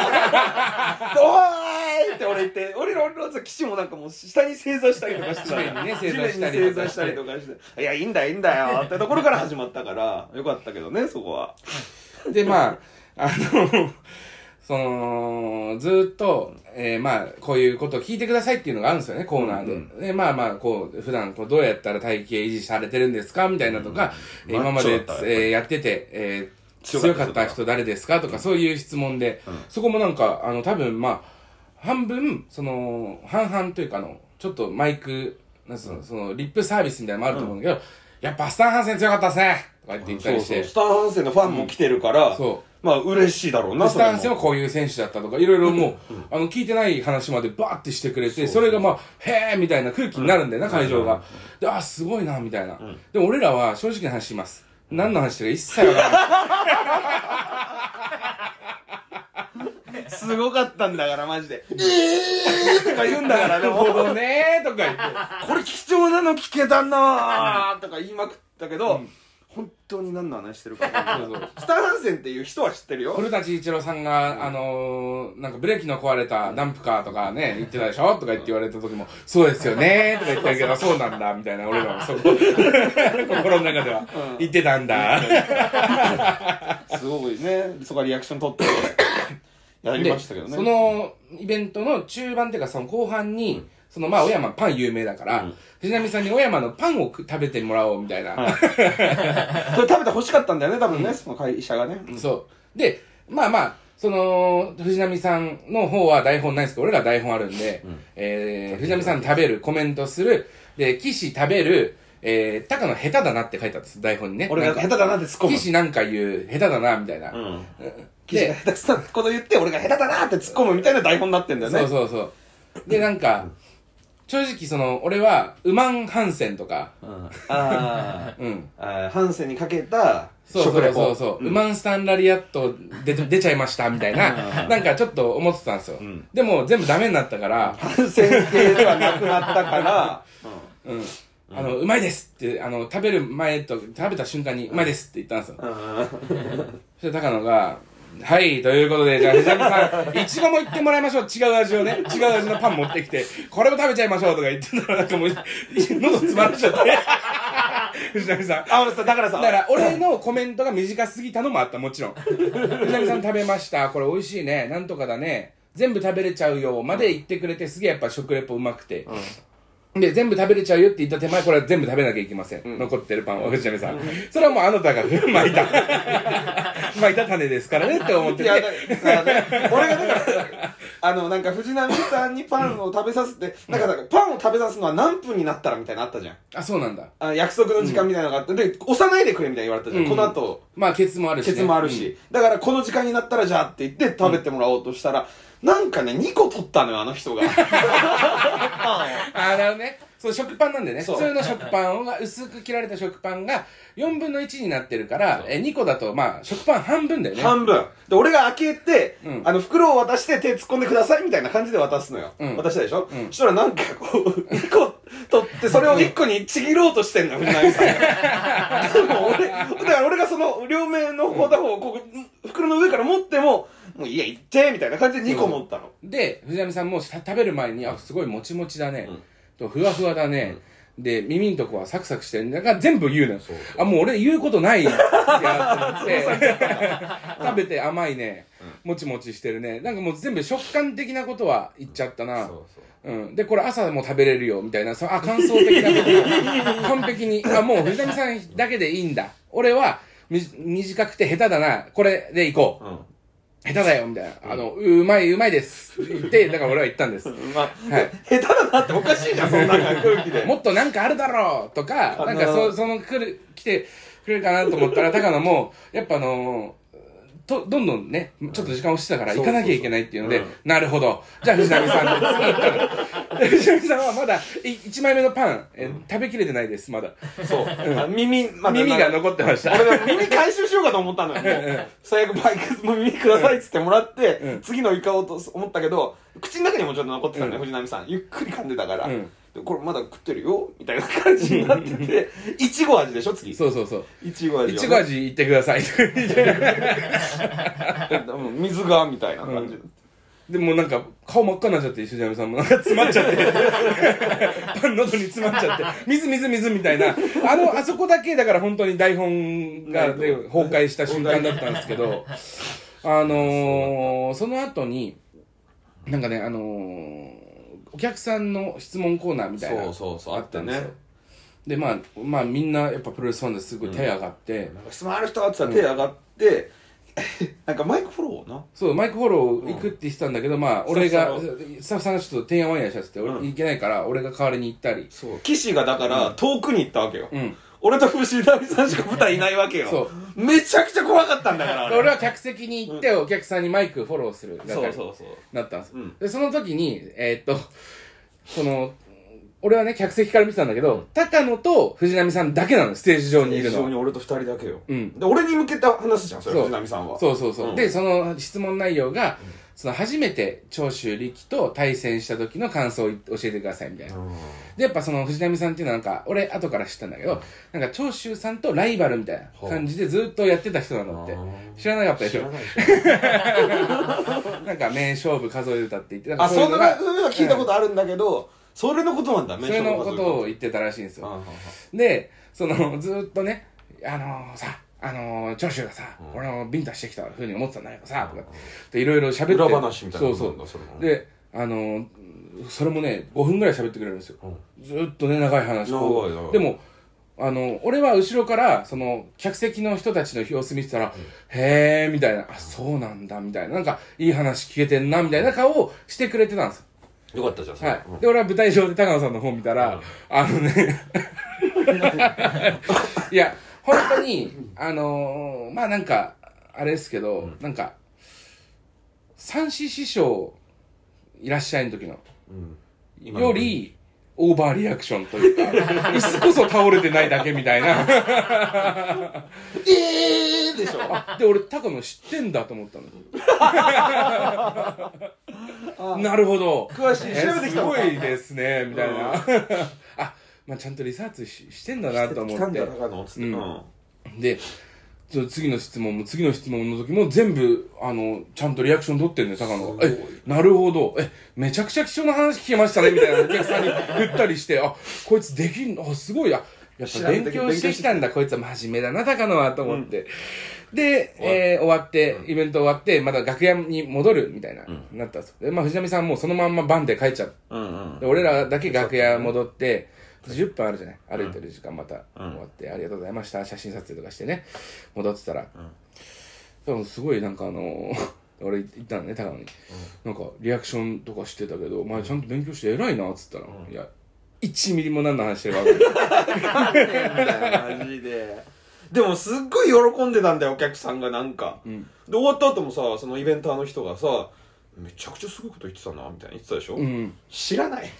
って俺言って俺ら俺ら岸もなんかもう下に正座したりとかして地面にね正座したりとかしてとかしていやいいんだよいいんだよってところから始まったからよかったけどねそこはでまああのそのずーっと、えー、まあこういうことを聞いてくださいっていうのがあるんですよねコーナーで、うんうん、でまあまあこう普段こうどうやったら体型維持されてるんですかみたいなとか、うん、今まで、えー、やってて、えー、強かった人誰ですかとかそういう質問で、うん、そこもなんかあの多分まあ半分その半々というかのちょっとマイクなんその、そのリップサービスみたいなのもあると思うんだけど、うん、やっぱスタンハンセン強かったですねとか言って言ったりして、 そうそうスタンハンセンのファンも来てるから、うん、そうまあ嬉しいだろうな。 スタンスはこういう選手だったとかいろいろもう、うん、あの聞いてない話までバーってしてくれて、それがまあへーみたいな空気になるんだよな、うん、会場が、うん、であすごいなみたいな、うん、でも俺らは正直な話します、何の話か一切わからないすごかったんだからマジでえーとか言うんだからなるほどねーとか言ってこれ貴重なの聞けたなーとか言いまくったけど、うん本当に何の話してるか分かんないスタンハンセンっていう人は知ってるよ古舘一郎さんが、うん、あのー、なんかブレーキの壊れたダンプカーとかね言ってたでしょとか言って言われた時もそうですよねとか言ってたけどそうなんだみたいな俺らもそこ心の中では言ってたんだ、 うん、すごいねそこはリアクション取ってやりましたけどねそのイベントの中盤っていうかその後半に、うんそのまあ小山パン有名だから、うん、藤波さんに小山のパンを食べてもらおうみたいな、はい、それ食べて欲しかったんだよね多分ね、うん、その会社がね、 うん、そうでまあまあその藤波さんの方は台本ないんですけど俺ら台本あるんで、うんえー、藤波さん食べるコメントするで岸食べるえー、高野下手だなって書いてあったんです台本にね俺が下手だなって突っ込む岸なんか言う下手だなみたいな、うん、 岸が下手したこと言って俺が下手だなって突っ込むみたいな台本になってんだよねそうそうそうでなんか正直その俺はウマンハンセンとか、うん、 あうんあハンセンにかけた食レポそうそうそう、うん、ウマンスタンラリアットで出ちゃいましたみたいななんかちょっと思ってたんですよ、うん、でも全部ダメになったからハンセン系ではなくなったからうん、うんあの、うまいですって、あの、食べる前と、食べた瞬間に、うまいですって言ったんですよ。そして高野が、はい、ということで、じゃあ、藤波さん、いちごも言ってもらいましょう。違う味をね、違う味のパン持ってきて、これも食べちゃいましょうとか言ってたら、なんかもう、喉詰まっちゃって。藤波さん。 あ、俺さ、だからさ。 だから、俺のコメントが短すぎたのもあった、もちろん。藤波さん食べました。これ美味しいね。なんとかだね。全部食べれちゃうよ。まで言ってくれて、すげえやっぱ食レポうまくて。うんで、全部食べれちゃうよって言った手前、これは全部食べなきゃいけません。うん、残ってるパンを、藤波さん。それはもうあなたが巻いた、巻いた種ですからねって思ってて。いや、だからね、 俺がだから、あの、なんか藤波さんにパンを食べさせて、なんか、なんかパンを食べさすのは何分になったらみたいなのあったじゃん。 あ、そうなんだ。 あ、約束の時間みたいなのがあって、で、押さないでくれみたいに言われたじゃん。うん、この後。 まあ、ケツもあるし、ね。 ケツもあるし。うん、だから、この時間になったらじゃあって言って食べてもらおうとしたら、うん、なんかね、にこ取ったのよ、あの人が。 あ、なるほどね。そう、食パンなんでね。普通の食パンが、薄く切られた食パンがよんぶんのいちになってるから、え、にこだと、まあ、食パン半分だよね。 半分。で、俺が開けて、うん、あの、袋を渡して手突っ込んでくださいみたいな感じで渡すのよ。うん、渡したでしょ、うん、そしたらなんかこう、にこ取って、それをいっこにちぎろうとしてんのよ、藤波さんが。でも俺、だから俺がその、両面の片方をこう、袋の上から持っても、もういいや、行ってみたいな感じでにこ持ったの。 で、藤波さんも食べる前に、あ、すごいもちもちだね。うんとふわふわだね、うん、で耳んとこはサクサクしてるんだから全部言うのよ。あ、もう俺言うことないやと思って食べて甘いね、うん、もちもちしてるね、なんかもう全部食感的なことは言っちゃったな。そうそう、うん、でこれ朝も食べれるよみたいな、あ、感想的なこと完璧に、あ、もう藤波さんだけでいいんだ、俺はみ短くて下手だな、これでいこう、うん、下手だよみたいな、うん、あの、うまいうまいですって言って、だから俺は言ったんです。まあ、 はい。下手だなっておかしいじゃん、そんな空気で。 もっとなんかあるだろうとか、なんかそ、その来る、来てくれるかなと思ったら、高野も、やっぱあのー、と、どんどんね、ちょっと時間押してたから行かなきゃいけないっていうので、そうそうそう、うん、なるほど。じゃあ藤波さんで次行ったの。藤波さんはまだいちまいめのパン、え、食べきれてないです、まだ。 そう。うん、耳、 ま、耳が残ってました。 俺耳回収しようかと思ったのよ。ね、最悪バイクも耳くださいっつってもらって、うん、次の行こうと思ったけど、口の中にもちょっと残ってたのよ、うん、藤波さん。ゆっくり噛んでたから。うん、これまだ食ってるよみたいな感じになってて、いちご味でしょ次。 そうそうそう。 いちご味、ね。 いちご味いってください。 水がみたいな感じ。うん、 でもなんか顔真っ赤になっちゃって、石上さんもなんか詰まっちゃってパン喉に詰まっちゃって水水水みたいな、あのあそこだけだから本当に台本が、ね、崩壊した瞬間だったんですけど、あのー、その後になんかね、あのーお客さんの質問コーナーみたいな、 そうそうそう、あったんですよ。 で、まあ、まあみんなやっぱプロレスファンですごい手上がって、 うん、なんか質問ある人がって言ったら手上がって、うん、なんかマイクフォローな。 そう、マイクフォロー行くって言ってたんだけど、うん、まあ俺が、スタッフさんがちょっとてんやわんやしちゃってて、俺行けないから、俺が代わりに行ったり。 そう。岸がだから遠くに行ったわけよ。うん。俺と藤波さんしか舞台いないわけよ。そう。めちゃくちゃ怖かったんだから。 俺は客席に行って、お客さんにマイクフォローする係になったんです。で、その時に、えー、っと、その、俺はね、客席から見てたんだけど、うん、高野と藤波さんだけなの、ステージ上にいるの。ステージ上に俺と二人だけよ。うん。で、俺に向けた話じゃん、それ、藤波さんは。 そうそうそう。うん、で、その質問内容が、うん、その初めて長州力と対戦した時の感想を教えてくださいみたいな。うん、で、やっぱその藤波さんっていうのはなんか、俺後から知ったんだけど、なんか長州さんとライバルみたいな感じでずっとやってた人なんだって。知らなかったでしょ。なんか名勝負数え歌って言って、 あ、そんな、そういうの聞いたことあるんだけど、うん、それのことなんだ、 それのことを言ってたらしいんですよ。で、その、ずーっとね、あのー、さ、あのー、長州がさ、うん、俺のビンタしてきたふうに思ってたんだけどさ、とかで、いろいろ喋って。 裏話みたいな。 そうそう。そで、あのー、それもね、ごふんぐらい喋ってくれるんですよ。うん、ずーっとね、長い話。長い長い。でも、あの、俺は後ろから、その、客席の人たちの様子見てたら、うん、へー、みたいな、あ、そうなんだ、みたいな、なんか、いい話聞けてんな、みたいな顔をしてくれてたんですよ。 よかったじゃん、 はい。うん、で、俺は舞台上で高野さんの本見たら、うん、あのね、いや、本当に、あのー、まあなんか、あれですけど、うん、なんか、三子師匠いらっしゃいの時の、うん、より、オーバーリアクションというか、椅子こそ倒れてないだけみたいな。 えーでしょ。 あ、で、俺、高野知ってんだと思ったの。なるほど。 詳しい。調べてきたのか。すごいですね、みたいな。あ、まあ、ちゃんとリサーチ し, してんだなと思って。 来たんだ、高野つって。うん。 で、次の質問も、次の質問の時も全部、あの、ちゃんとリアクション取ってるね、高野が。え、なるほど。え、めちゃくちゃ貴重な話聞けましたね、みたいなお客さんに振ったりして、あ、こいつできんの、あ、すごい、あ、やっぱ勉強してきたんだ、こいつは真面目だな、高野は、と思って。うん、で、えー、終わって、イベント終わって、また楽屋に戻る、みたいな、うん、なったんですよ。で、まあ、藤波さんもそのまんまバンで帰っちゃったで俺らだけ楽屋戻ってじゅっぷんあるじゃない、歩いてる時間また終わって、うん、ありがとうございました写真撮影とかしてね戻ってたら、うん、すごいなんかあのー、俺行ったのね高野に、うん、なんかリアクションとかしてたけどお前ちゃんと勉強して偉いなっつったら、うん、いやいちミリも何の話してるわけマジででもすっごい喜んでたんだよお客さんがなんか、うん、で終わった後もさそのイベンターの人がさめちゃくちゃすごいこと言ってたなみたいな言ってたでしょ、うん、知らない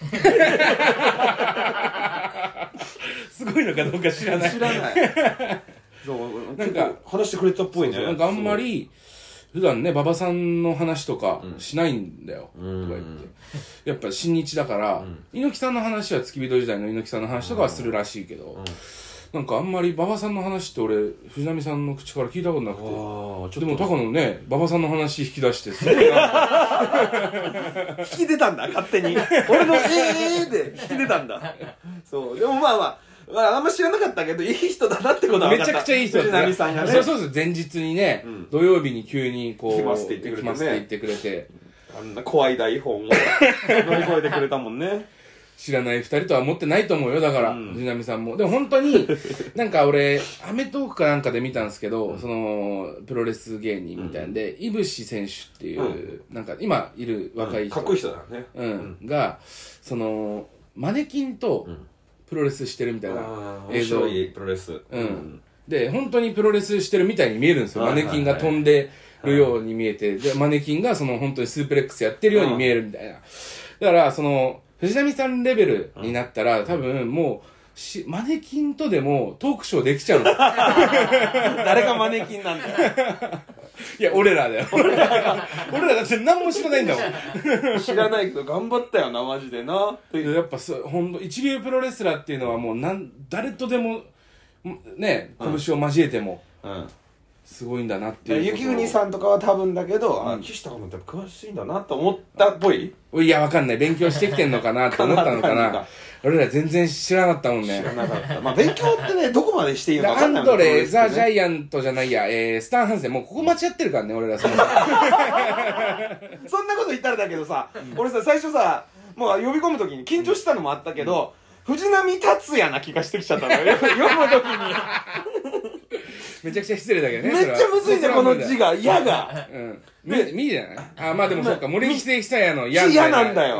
すごいのかどうか知らない知らないそうなんか話してくれたっぽいね。 そうそうなんかあんまり普段ね馬場さんの話とかしないんだよ、うん、とか言ってやっぱ新日だから、うん、猪木さんの話は付き人時代の猪木さんの話とかはするらしいけど、うんうんなんかあんまり馬場さんの話って俺藤波さんの口から聞いたことなくてでも高野ね馬場さんの話引き出してすごいな引き出たんだ勝手に俺のえーで引き出たんだそうでもまあまあまあ、あんま知らなかったけどいい人だなってことは分かった。 めちゃくちゃいい人だった藤波さんがねそうそうそう前日にね、うん、土曜日に急にこう来ますって言ってくれてね来ますって言ってくれてあんな怖い台本を乗り越えてくれたもんね知らない二人とは思ってないと思うよだから、うん、藤波さんもでも本当になんか俺アメトーークかなんかで見たんですけど、うん、そのプロレス芸人みたいんで、うん、いぶし選手っていう、うん、なんか今いる若い人、 うん、かっこいい人だね、 うんうん、がそのマネキンとプロレスしてるみたいな映像、 面白いプロレス、 うんうん、で本当にプロレスしてるみたいに見えるんですよ、マネキンが飛んでるように見えて、でマネキンがその本当にスープレックスやってるように見えるみたいな。だからその藤波さんレベルになったら、うん、多分もうしマネキンとでもトークショーできちゃうの誰がマネキンなんだよいや俺らだよ俺ら俺らだって何も知らないんだもん知らないけど頑張ったよなマジでなやっぱほんと一流プロレスラーっていうのはもうなん誰とでもね拳を交えても、うんうんすごいんだなっていう雪国さんとかは多分だけど、うん、あ岸高野って詳しいんだなと思ったっぽいいやわかんない勉強してきてんのかなって思ったのかな俺ら全然知らなかったもんね知らなかったまあ勉強ってねどこまでしていいのか分かんないアンドレ、ね、ザ・ジャイアントじゃないや、えー、スタン・ハンセンもうここ間違ってるからね俺らそんなそんなこと言ったらだけどさ、うん、俺さ最初さもう呼び込む時に緊張したのもあったけど、うん、藤波達也な気がしてきちゃったのよ読む時にめちゃくちゃ失礼だけどねめっちゃむずいんだよこの字が「や」がうんみじゃないあまあでもそっか森木久也の「や」 やなんだよ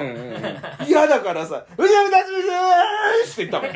「や」だからさ「藤波達也って言ったもん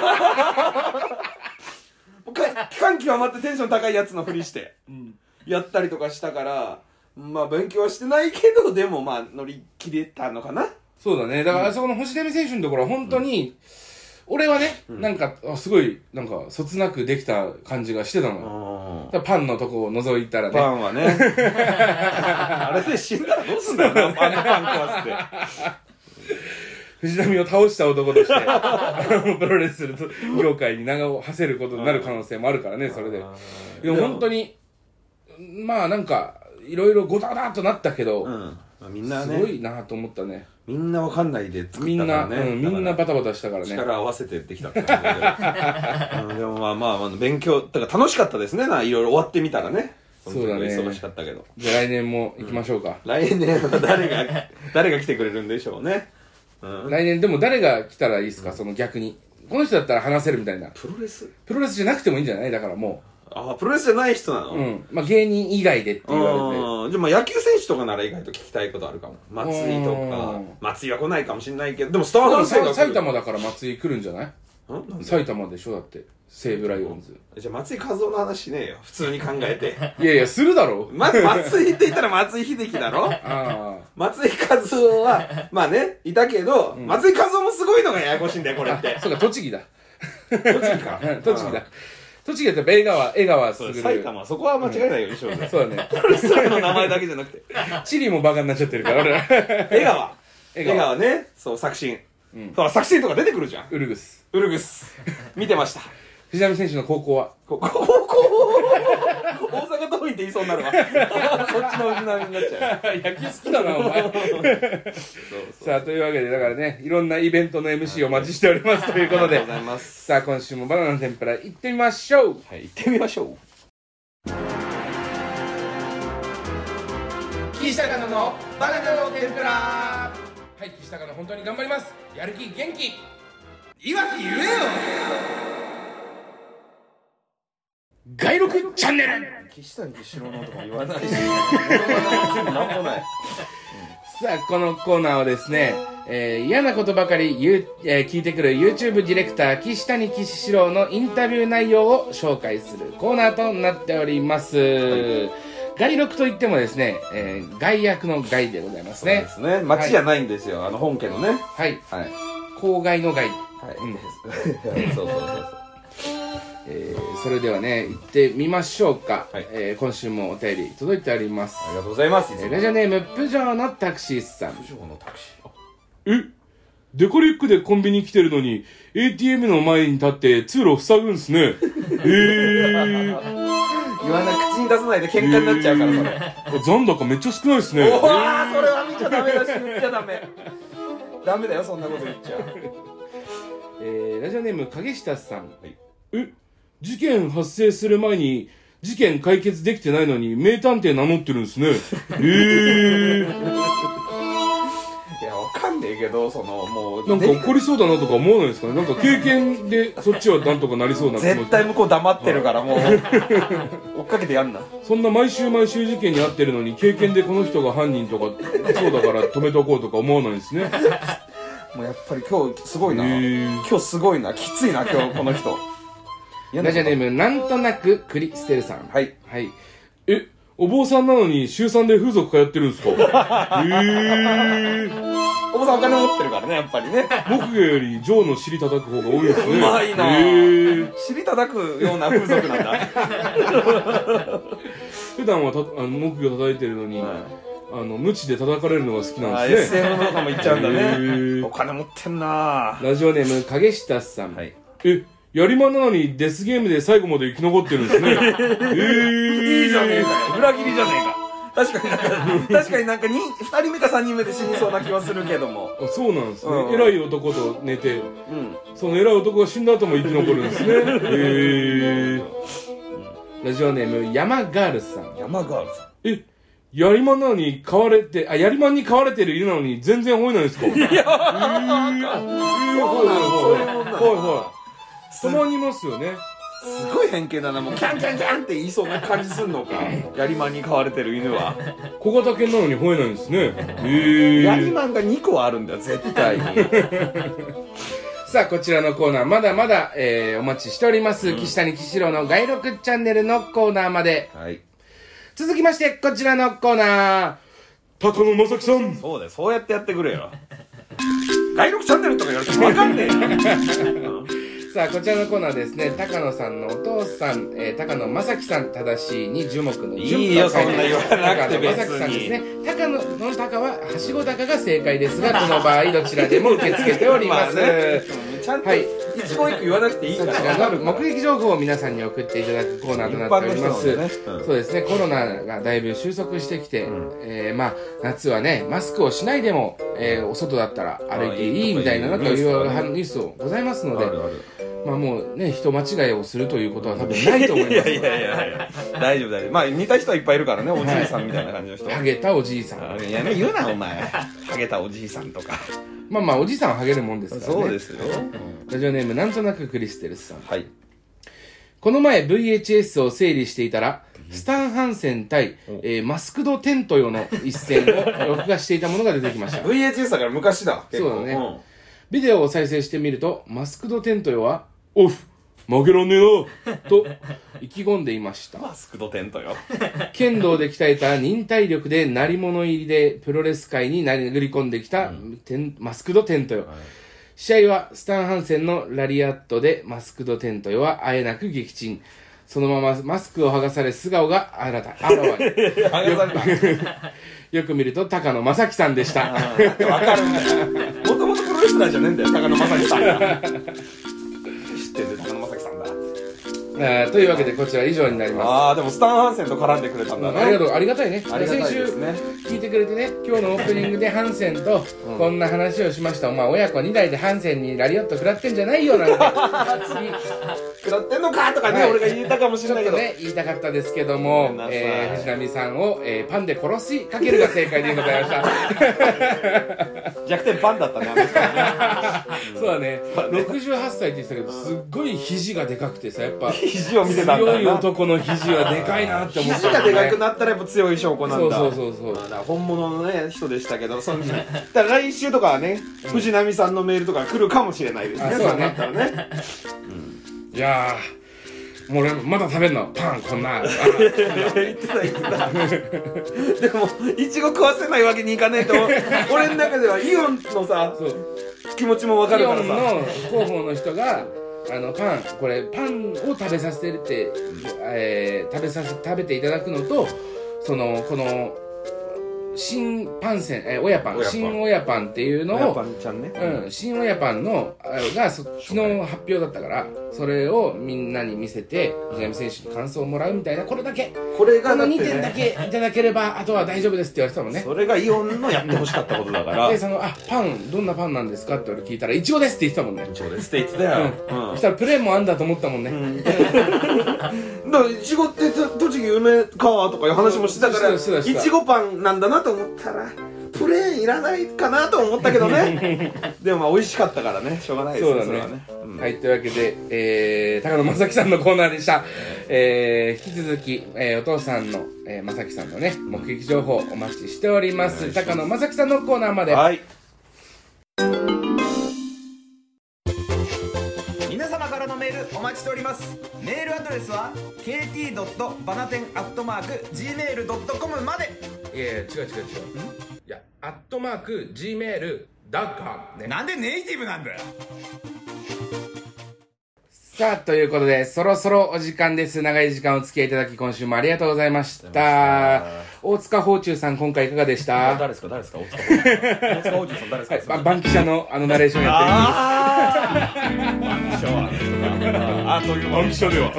感極まってテンション高いやつのふりしてやったりとかしたからまあ勉強はしてないけどでもまあ乗り切れたのかなそうだねだからあそこの星出選手のところは本当に俺はね、うん、なんかすごいなんかそつなくできた感じがしてたのよパンのとこを覗いたらねパンはねあれで死んだらどうすんだよなパンのパン壊して藤波を倒した男としてプロレス業界に名を馳せることになる可能性もあるからねそれででも本当にまあなんかいろいろゴタゴタっとなったけど、うんまあ、みんなねすごいなと思ったねみんなわかんないで作ったからねみんな、うん、みんなバタバタしたからね力合わせてできたって感じで、うん、でもまあまあ、まあ、勉強だから楽しかったですねないろいろ終わってみたらねそうだね忙しかったけどじゃあ来年も行きましょうか、 うん、来年は誰が誰が来てくれるんでしょうね、 うん、来年でも誰が来たらいいですか、うん、その逆にこの人だったら話せるみたいなプロレスプロレスじゃなくてもいいんじゃないだからもうあプロレスじゃない人なのうんまあ芸人以外でって言われてじゃあまあ野球選手とかなら意外と聞きたいことあるかも松井とか松井は来ないかもしれないけどでもスターハンセンが埼玉だから松井来るんじゃない埼玉でしょだって西武ライオンズじゃあ松井稼頭の話しねえよ普通に考えていやいやするだろまず松井って言ったら松井秀喜だろあ松井稼頭はまあねいたけど、うん、松井稼頭もすごいのがややこしいんだよこれってそうか栃木だ栃木か栃木だ栃木だったら江川江川すぐる埼玉そこは間違えないようにしようね、 うん、そうだねそれの名前だけじゃなくてチリもバカになっちゃってるから俺ら江川江川ねそう作新、うん、そう作新とか出てくるじゃんウルグスウルグス見てました藤波選手の高校は高校大阪桐蔭って言いそうになるわそっちの藤波になっちゃう野球好きだなお前そうそうさあというわけでだからねいろんなイベントの エムシー をお待ちしておりますということでありがとうございますさあ今週もバナナの天ぷら行ってみましょうはい行ってみましょう岸高野のバナナの天ぷらはい岸高の本当に頑張ります。やる気元気いわき言えよ。外録チャンネル。 岸谷岸郎のとか言わないしなんもない。 さあこのコーナーはですね、えー、嫌なことばかり言う、えー、聞いてくる YouTube ディレクター岸谷岸四郎のインタビュー内容を紹介するコーナーとなっております、はい、外録といってもですね、えー、外役の外でございますね。 そうですね、町じゃないんですよ、はい、あの本家のね、 はい、はい、郊外の外、はい、うん、 そうそうそうそうえー、それではね行ってみましょうか、はい、えー、今週もお便り届いております。 ありがとうございます。 えー、ラジオネームプジョーのタクシーさん。 プジョーのタクシー、 えデコリックでコンビニ来てるのに エーティーエム の前に立って通路塞ぐんすね。えー言わない、口に出さないで喧嘩になっちゃうからそれ。 残高めっちゃ少ないですね。 おわー、それは見ちゃダメだし言っちゃダメダメだよ、そんなこと言っちゃう。 えー、ラジオネーム影下さん、はい、え事件発生する前に事件解決できてないのに名探偵名乗ってるんですね。えー、 いやわかんねえけど、そのもうなんか起こりそうだなとか思わないですかね。なんか経験でそっちはなんとかなりそうな。 絶対向こう黙ってるからもう追っかけてやんな。 そんな毎週毎週事件に遭ってるのに経験でこの人が犯人とかそうだから止めておこうとか思わないですね。 もうやっぱり今日すごいな、今日すごいな、きついな今日この人。 ラジオネームなんとなくクリステルさん。 はいはい。えお坊さんなのに週さんで風俗通ってるんですか。えー、 お坊さんお金持ってるからね、やっぱりね。 僕よりジョーの尻叩く方が多いですね。 うまいな、えー、尻叩くような風俗なんだ。 普段はたあの木魚叩いてるのに、はい、あの無知で叩かれるのが好きなんですね。 エスエム とかも行っちゃうんだね。えー、お金持ってんな。 ラジオネーム影下さん。 はい、 えやりまんなのにデスゲームで最後まで生き残ってるんですね。えー、いいじゃねえかよ、裏切りじゃねえか。確かになんか確かになんかにふたりめかさんにんめで死にそうな気はするけども。 あ、そうなんですね、うん、偉い男と寝て、うん、その偉い男が死んだ後も生き残るんですね。えー、ラジオネーム山ガールさん。 山ガールさん、 えやりまんなのに飼われて、あ、やりまんに飼われてる犬なのに全然吠えないんですか。いやー、えー、 そうなの、そういうもんなの。はいはい、 たまにいますよね。 すごい偏見だな、もうキャンキャンキャンって言いそうな感じすんのか。やりまんに飼われてる犬は小型犬なのに吠えないんですね。へー、 やりまんがにこあるんだよ絶対に。 さあこちらのコーナーまだまだ、えー、お待ちしております、うん、岸谷岸郎の外録チャンネルのコーナーまで、はい、続きましてこちらのコーナー、高野正樹さん。 そうだよ、そうやってやってくれよ。外録チャンネルとか言われて分かんねえよ。 さあこちらのコーナーですね、高野さんのお父さん、えー、高野正樹さん、正しいに樹木の樹いいよ、そんな言わなくて別に。 高野正樹さんですね。高野の高ははしご高が正解ですが、この場合どちらでも受け付けております。まあね、 ちゃんと一語一句言わなくていいから。 そちらの目撃情報を皆さんに送っていただくコーナーとなっております。ね、うん、そうですね、コロナがだいぶ収束してきて、うん、えー、まあ夏はねマスクをしないでも、えー、お外だったら歩いていいみたいななんかいろいろニュースをございますので。あるある、まあもうね、人間違いをするということは多分ないと思います。いやいやいやいや、 大丈夫大丈夫。まあ似た人はいっぱいいるからね、おじいさんみたいな感じの人。 ハゲたおじいさん。 いやね、言うなお前。ハゲたおじいさんとか。 まあまあおじいさんはハゲるもんですからね。 そうですよ。 ラジオネームなんとなくクリステルさん。 はい。 この前 ブイエイチエス を整理していたら、スタン・ハンセン対、えー、マスクド・テントヨの一戦を録画していたものが出てきました。 ブイエイチエス だから昔だ。 そうだね、うん。ビデオを再生してみると、マスクド・テントヨは、オフ負けらんねえなと意気込んでいました。 マスクドテントよ。 剣道で鍛えた忍耐力で鳴り物入りでプロレス界に殴り込んできた、うん、マスクドテントよ、はい、試合はスタン・ハンセンのラリアットでマスクドテントよはあえなく撃沈。そのままマスクを剥がされ素顔があらたあらわによく見ると高野正樹さんでした。 わかるんだよ。もともとプロレスラーじゃねえんだよ、高野正樹さんが。知ってる高野正樹さんだ。 あというわけでこちら以上になります。 ああ、でもスタン・ハンセンと絡んでくれたんだね。 ありがとう、ありがたいね。 ありがたいですね。 先週聞いてくれてね、今日のオープニングでハンセンとこんな話をしました。お前親子にだいでハンセンにラリオット食らってんじゃないよなんて食らってんのかとかね、はい、俺が言えたかもしれないけどちょっとね言いたかったですけども、えー、藤波さんを、えー、パンで殺しかけるが正解でございました弱点パンだったねそうだねろくじゅうはっさいって言ってたけどすっごい肘がでかくてさやっぱ肘を見てたんだ強い男の肘はでかいなって思った、ね、 肘がでかくなったらやっぱ強い証拠なんだそうそうそうそう、 まあ、本物のね人でしたけどそのだから来週とかはね、うん、藤波さんのメールとか来るかもしれないですね。 そうだね。 そうなったらね、 うん、いやーもう俺まだ食べんのパンこんな言ってた言ってたでもいちご食わせないわけにいかねえと俺の中ではイオンのさ気持ちも分かるからさイオンの広報の人があのパンこれパンを食べさせてるって、えー、食べさせ食べていただくのとそのこの新パンセン、えー、親パン新親パンっていうのを親パンちゃんね、 うん、新親パンのが昨日発表だったからそれをみんなに見せて藤波選手に感想をもらうみたいなこれだけこれがこのにてんだけいただければあとは大丈夫ですって言われてたもんね。 それがイオンのやってほしかったことだからでそのあパンどんなパンなんですかって俺聞いたらいちごですって言ってたもんね。 いちごですって言ってたよ、 うんうん、そしたらプレーンもあんだと思ったもんね、うん、だからいちごって栃木有名かとかいう話もしてたからいちごパンなんだなと思ったらプレーンいらないかなと思ったけどねでもまあ美味しかったからねしょうがないですね。 そうだね、それはね、うん、はいというわけで、えー、高野正樹さんのコーナーでした、えー、引き続き、えー、お父さんの、えー、正樹さんのね目撃情報お待ちしております。高野正樹さんのコーナーまで。 はい皆様からのメールお待ちしております。メールアドレスは ケーティードットバナテンアットマークジーメールドットコム まで。 いやいや違う違う違う、いやアットマーク ジーメール ドットコム、ね、 なんでネイティブなんだよ。 さあということでそろそろお時間です。長い時間お付き合いいただき今週もありがとうございました。大塚芳忠さん今回いかがでした？ 誰ですか誰ですか大塚芳忠大塚芳忠さん誰ですか、 はい、バンキシャのあのナレーションやってるんです。 バンキシャはあというバンキシャでは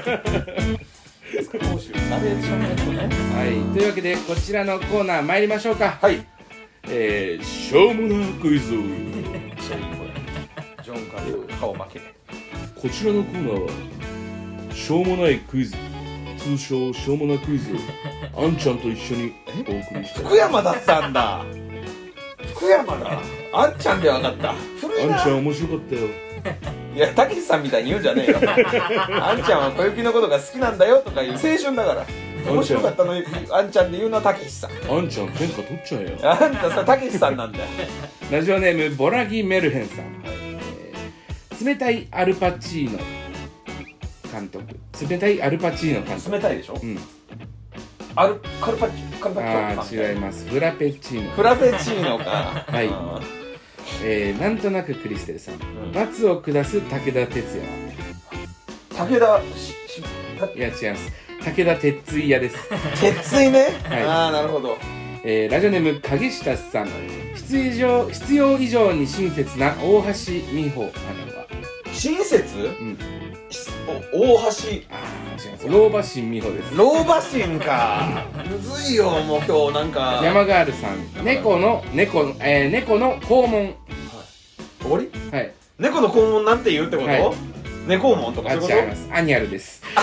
講習ナレーションのやつね。 はい、というわけでこちらのコーナー参りましょうか。 はい、 えー、しょうもなクイズ。 ジョンカル顔負け。 こちらのコーナーはしょうもないクイズ、通称しょうもなクイズをあんちゃんと一緒にお送りした。 福山だったんだ。福山だ。あんちゃんで分かった。古いな。 あんちゃん面白かったよ。 いや、たけしさんみたいに言うんじゃねえよ。あんちゃんは小雪のことが好きなんだよとかいう青春だから。面白かったのあんちゃんで言うのはたけしさん。 あんちゃん天下取っちゃえよ。 あんたさたけしさんなんだよ。 ラジオネームボラギメルヘンさん、えー、冷たいアルパチーノ監督。冷たいアルパチーノ監督。 冷たいでしょ。うん。アルカルパッチカルパッチョ。 ああ違います。フラペチーノ。 フラペチーノか。 はい。えー、なんとなくクリステルさん、うん、罰を下す武田鉄矢は武田ししいや違います。武田鉄矢です。 鉄井ね、はい、ああなるほど。 えー、ラジオネーム影下さん、必要必要以上に親切な大橋美穂アナは親切、うん、大橋、ああ違います。 老婆心美穂です。 老婆心か。むずいよもう今日なんか。 山ガールさん、猫の猫、えー、猫の肛門、はい、 終わり？ はい。 猫の肛門なんて言うってこと？はい、猫門とかそういうこと？ あ、違います。アニャルです。 い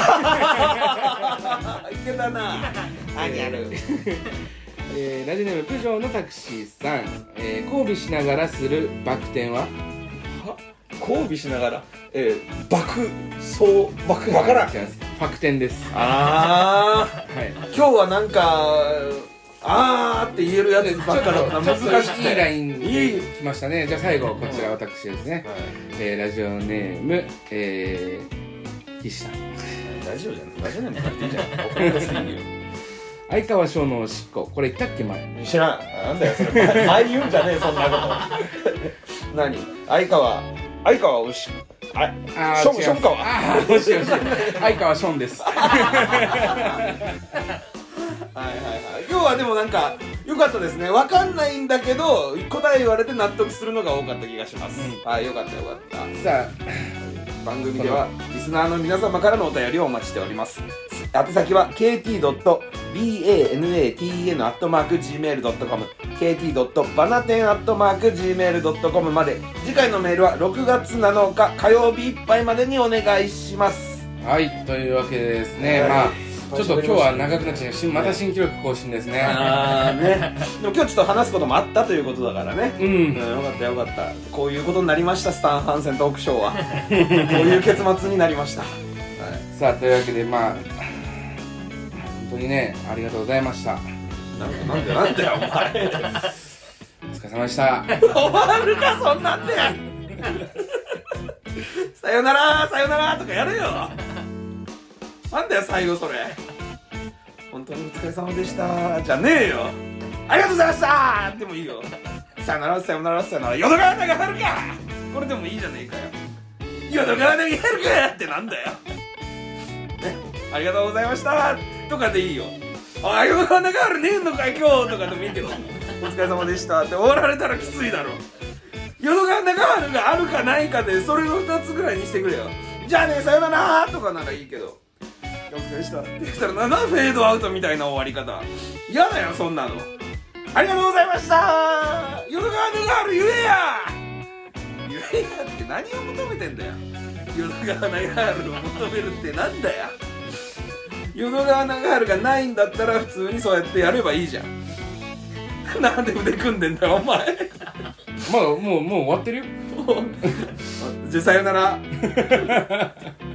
けたな。アニャル。 えー、ラジオネームプジョーのタクシーさん、えー、交尾しながらするバク転は？は？ 交尾しながら、えー、爆走爆わからん。 違います。バク転です。 ああ、はい。今日はなんかあーって言えるやつばっかだったら難しくていいラインで来ましたね。じゃあ最後こちら私ですね、はい、えー、ラジオネーム、えー、岸さん。 ラジオじゃないラジオネーム書いていいじゃん。怒りやすいよ。 相川翔のおしっこ、これ言ったっけ前？ 知らん。なんだよそれ。前, 前言うんじゃねえそんなこと。何？相川相川おしっこ。ああションションかわ。 ああもしもし。相川ションです。 はいはいはい。今日はでもなんか良かったですね。わかんないんだけど答え言われて納得するのが多かった気がします。うん、はい、良かった良かった。 さあ番組ではリスナーの皆様からのお便りをお待ちしております。宛先は ケーティードットバナテン アットマークジーメールドットコムケーティードットバナテンアットマークジーメールドットコム まで。次回のメールはろくがつなのか火曜日いっぱいまでにお願いします。 はい、というわけでですね、 はい、 まあちょっと今日は長くなっちゃうし、また新記録更新ですね。 あーね。でも今日ちょっと話すこともあったということだからね。 うん、 うん、よかったよかった。こういうことになりました、スタン・ハンセントークショーは。こういう結末になりました。はい、 さあ、というわけで、まあ本当にね、ありがとうございました。 なんでなんでなんでお前。 お疲れ様でした。 終わるかそんなんで。さよならさよならとかやれよ。なんだよ最後それ。本当にお疲れ様でしたじゃねえよ。ありがとうございましたでもいいよ。さよならさよならさよなら淀川長春か、これでもいいじゃねえかよ。淀川長春かってなんだよ。ね、ありがとうございましたとかでいいよ。あ、淀川長春ねえのかい今日とかでもいいけど、お疲れ様でしたって終わられたらきついだろ。淀川長春があるかないかでそれのふたつぐらいにしてくれよ。じゃあねさよならとかならいいけど、お疲れでしたって言ったらな、なフェードアウトみたいな終わり方嫌だよそんなの。ありがとうございました淀川長春言えや言えやって何を求めてんだよ。淀川長春を求めるってなんだよ。淀川長春がないんだったら普通にそうやってやればいいじゃん。なんで腕組んでんだよお前。 まだもうもう終わってるよ。 じゃあさよなら。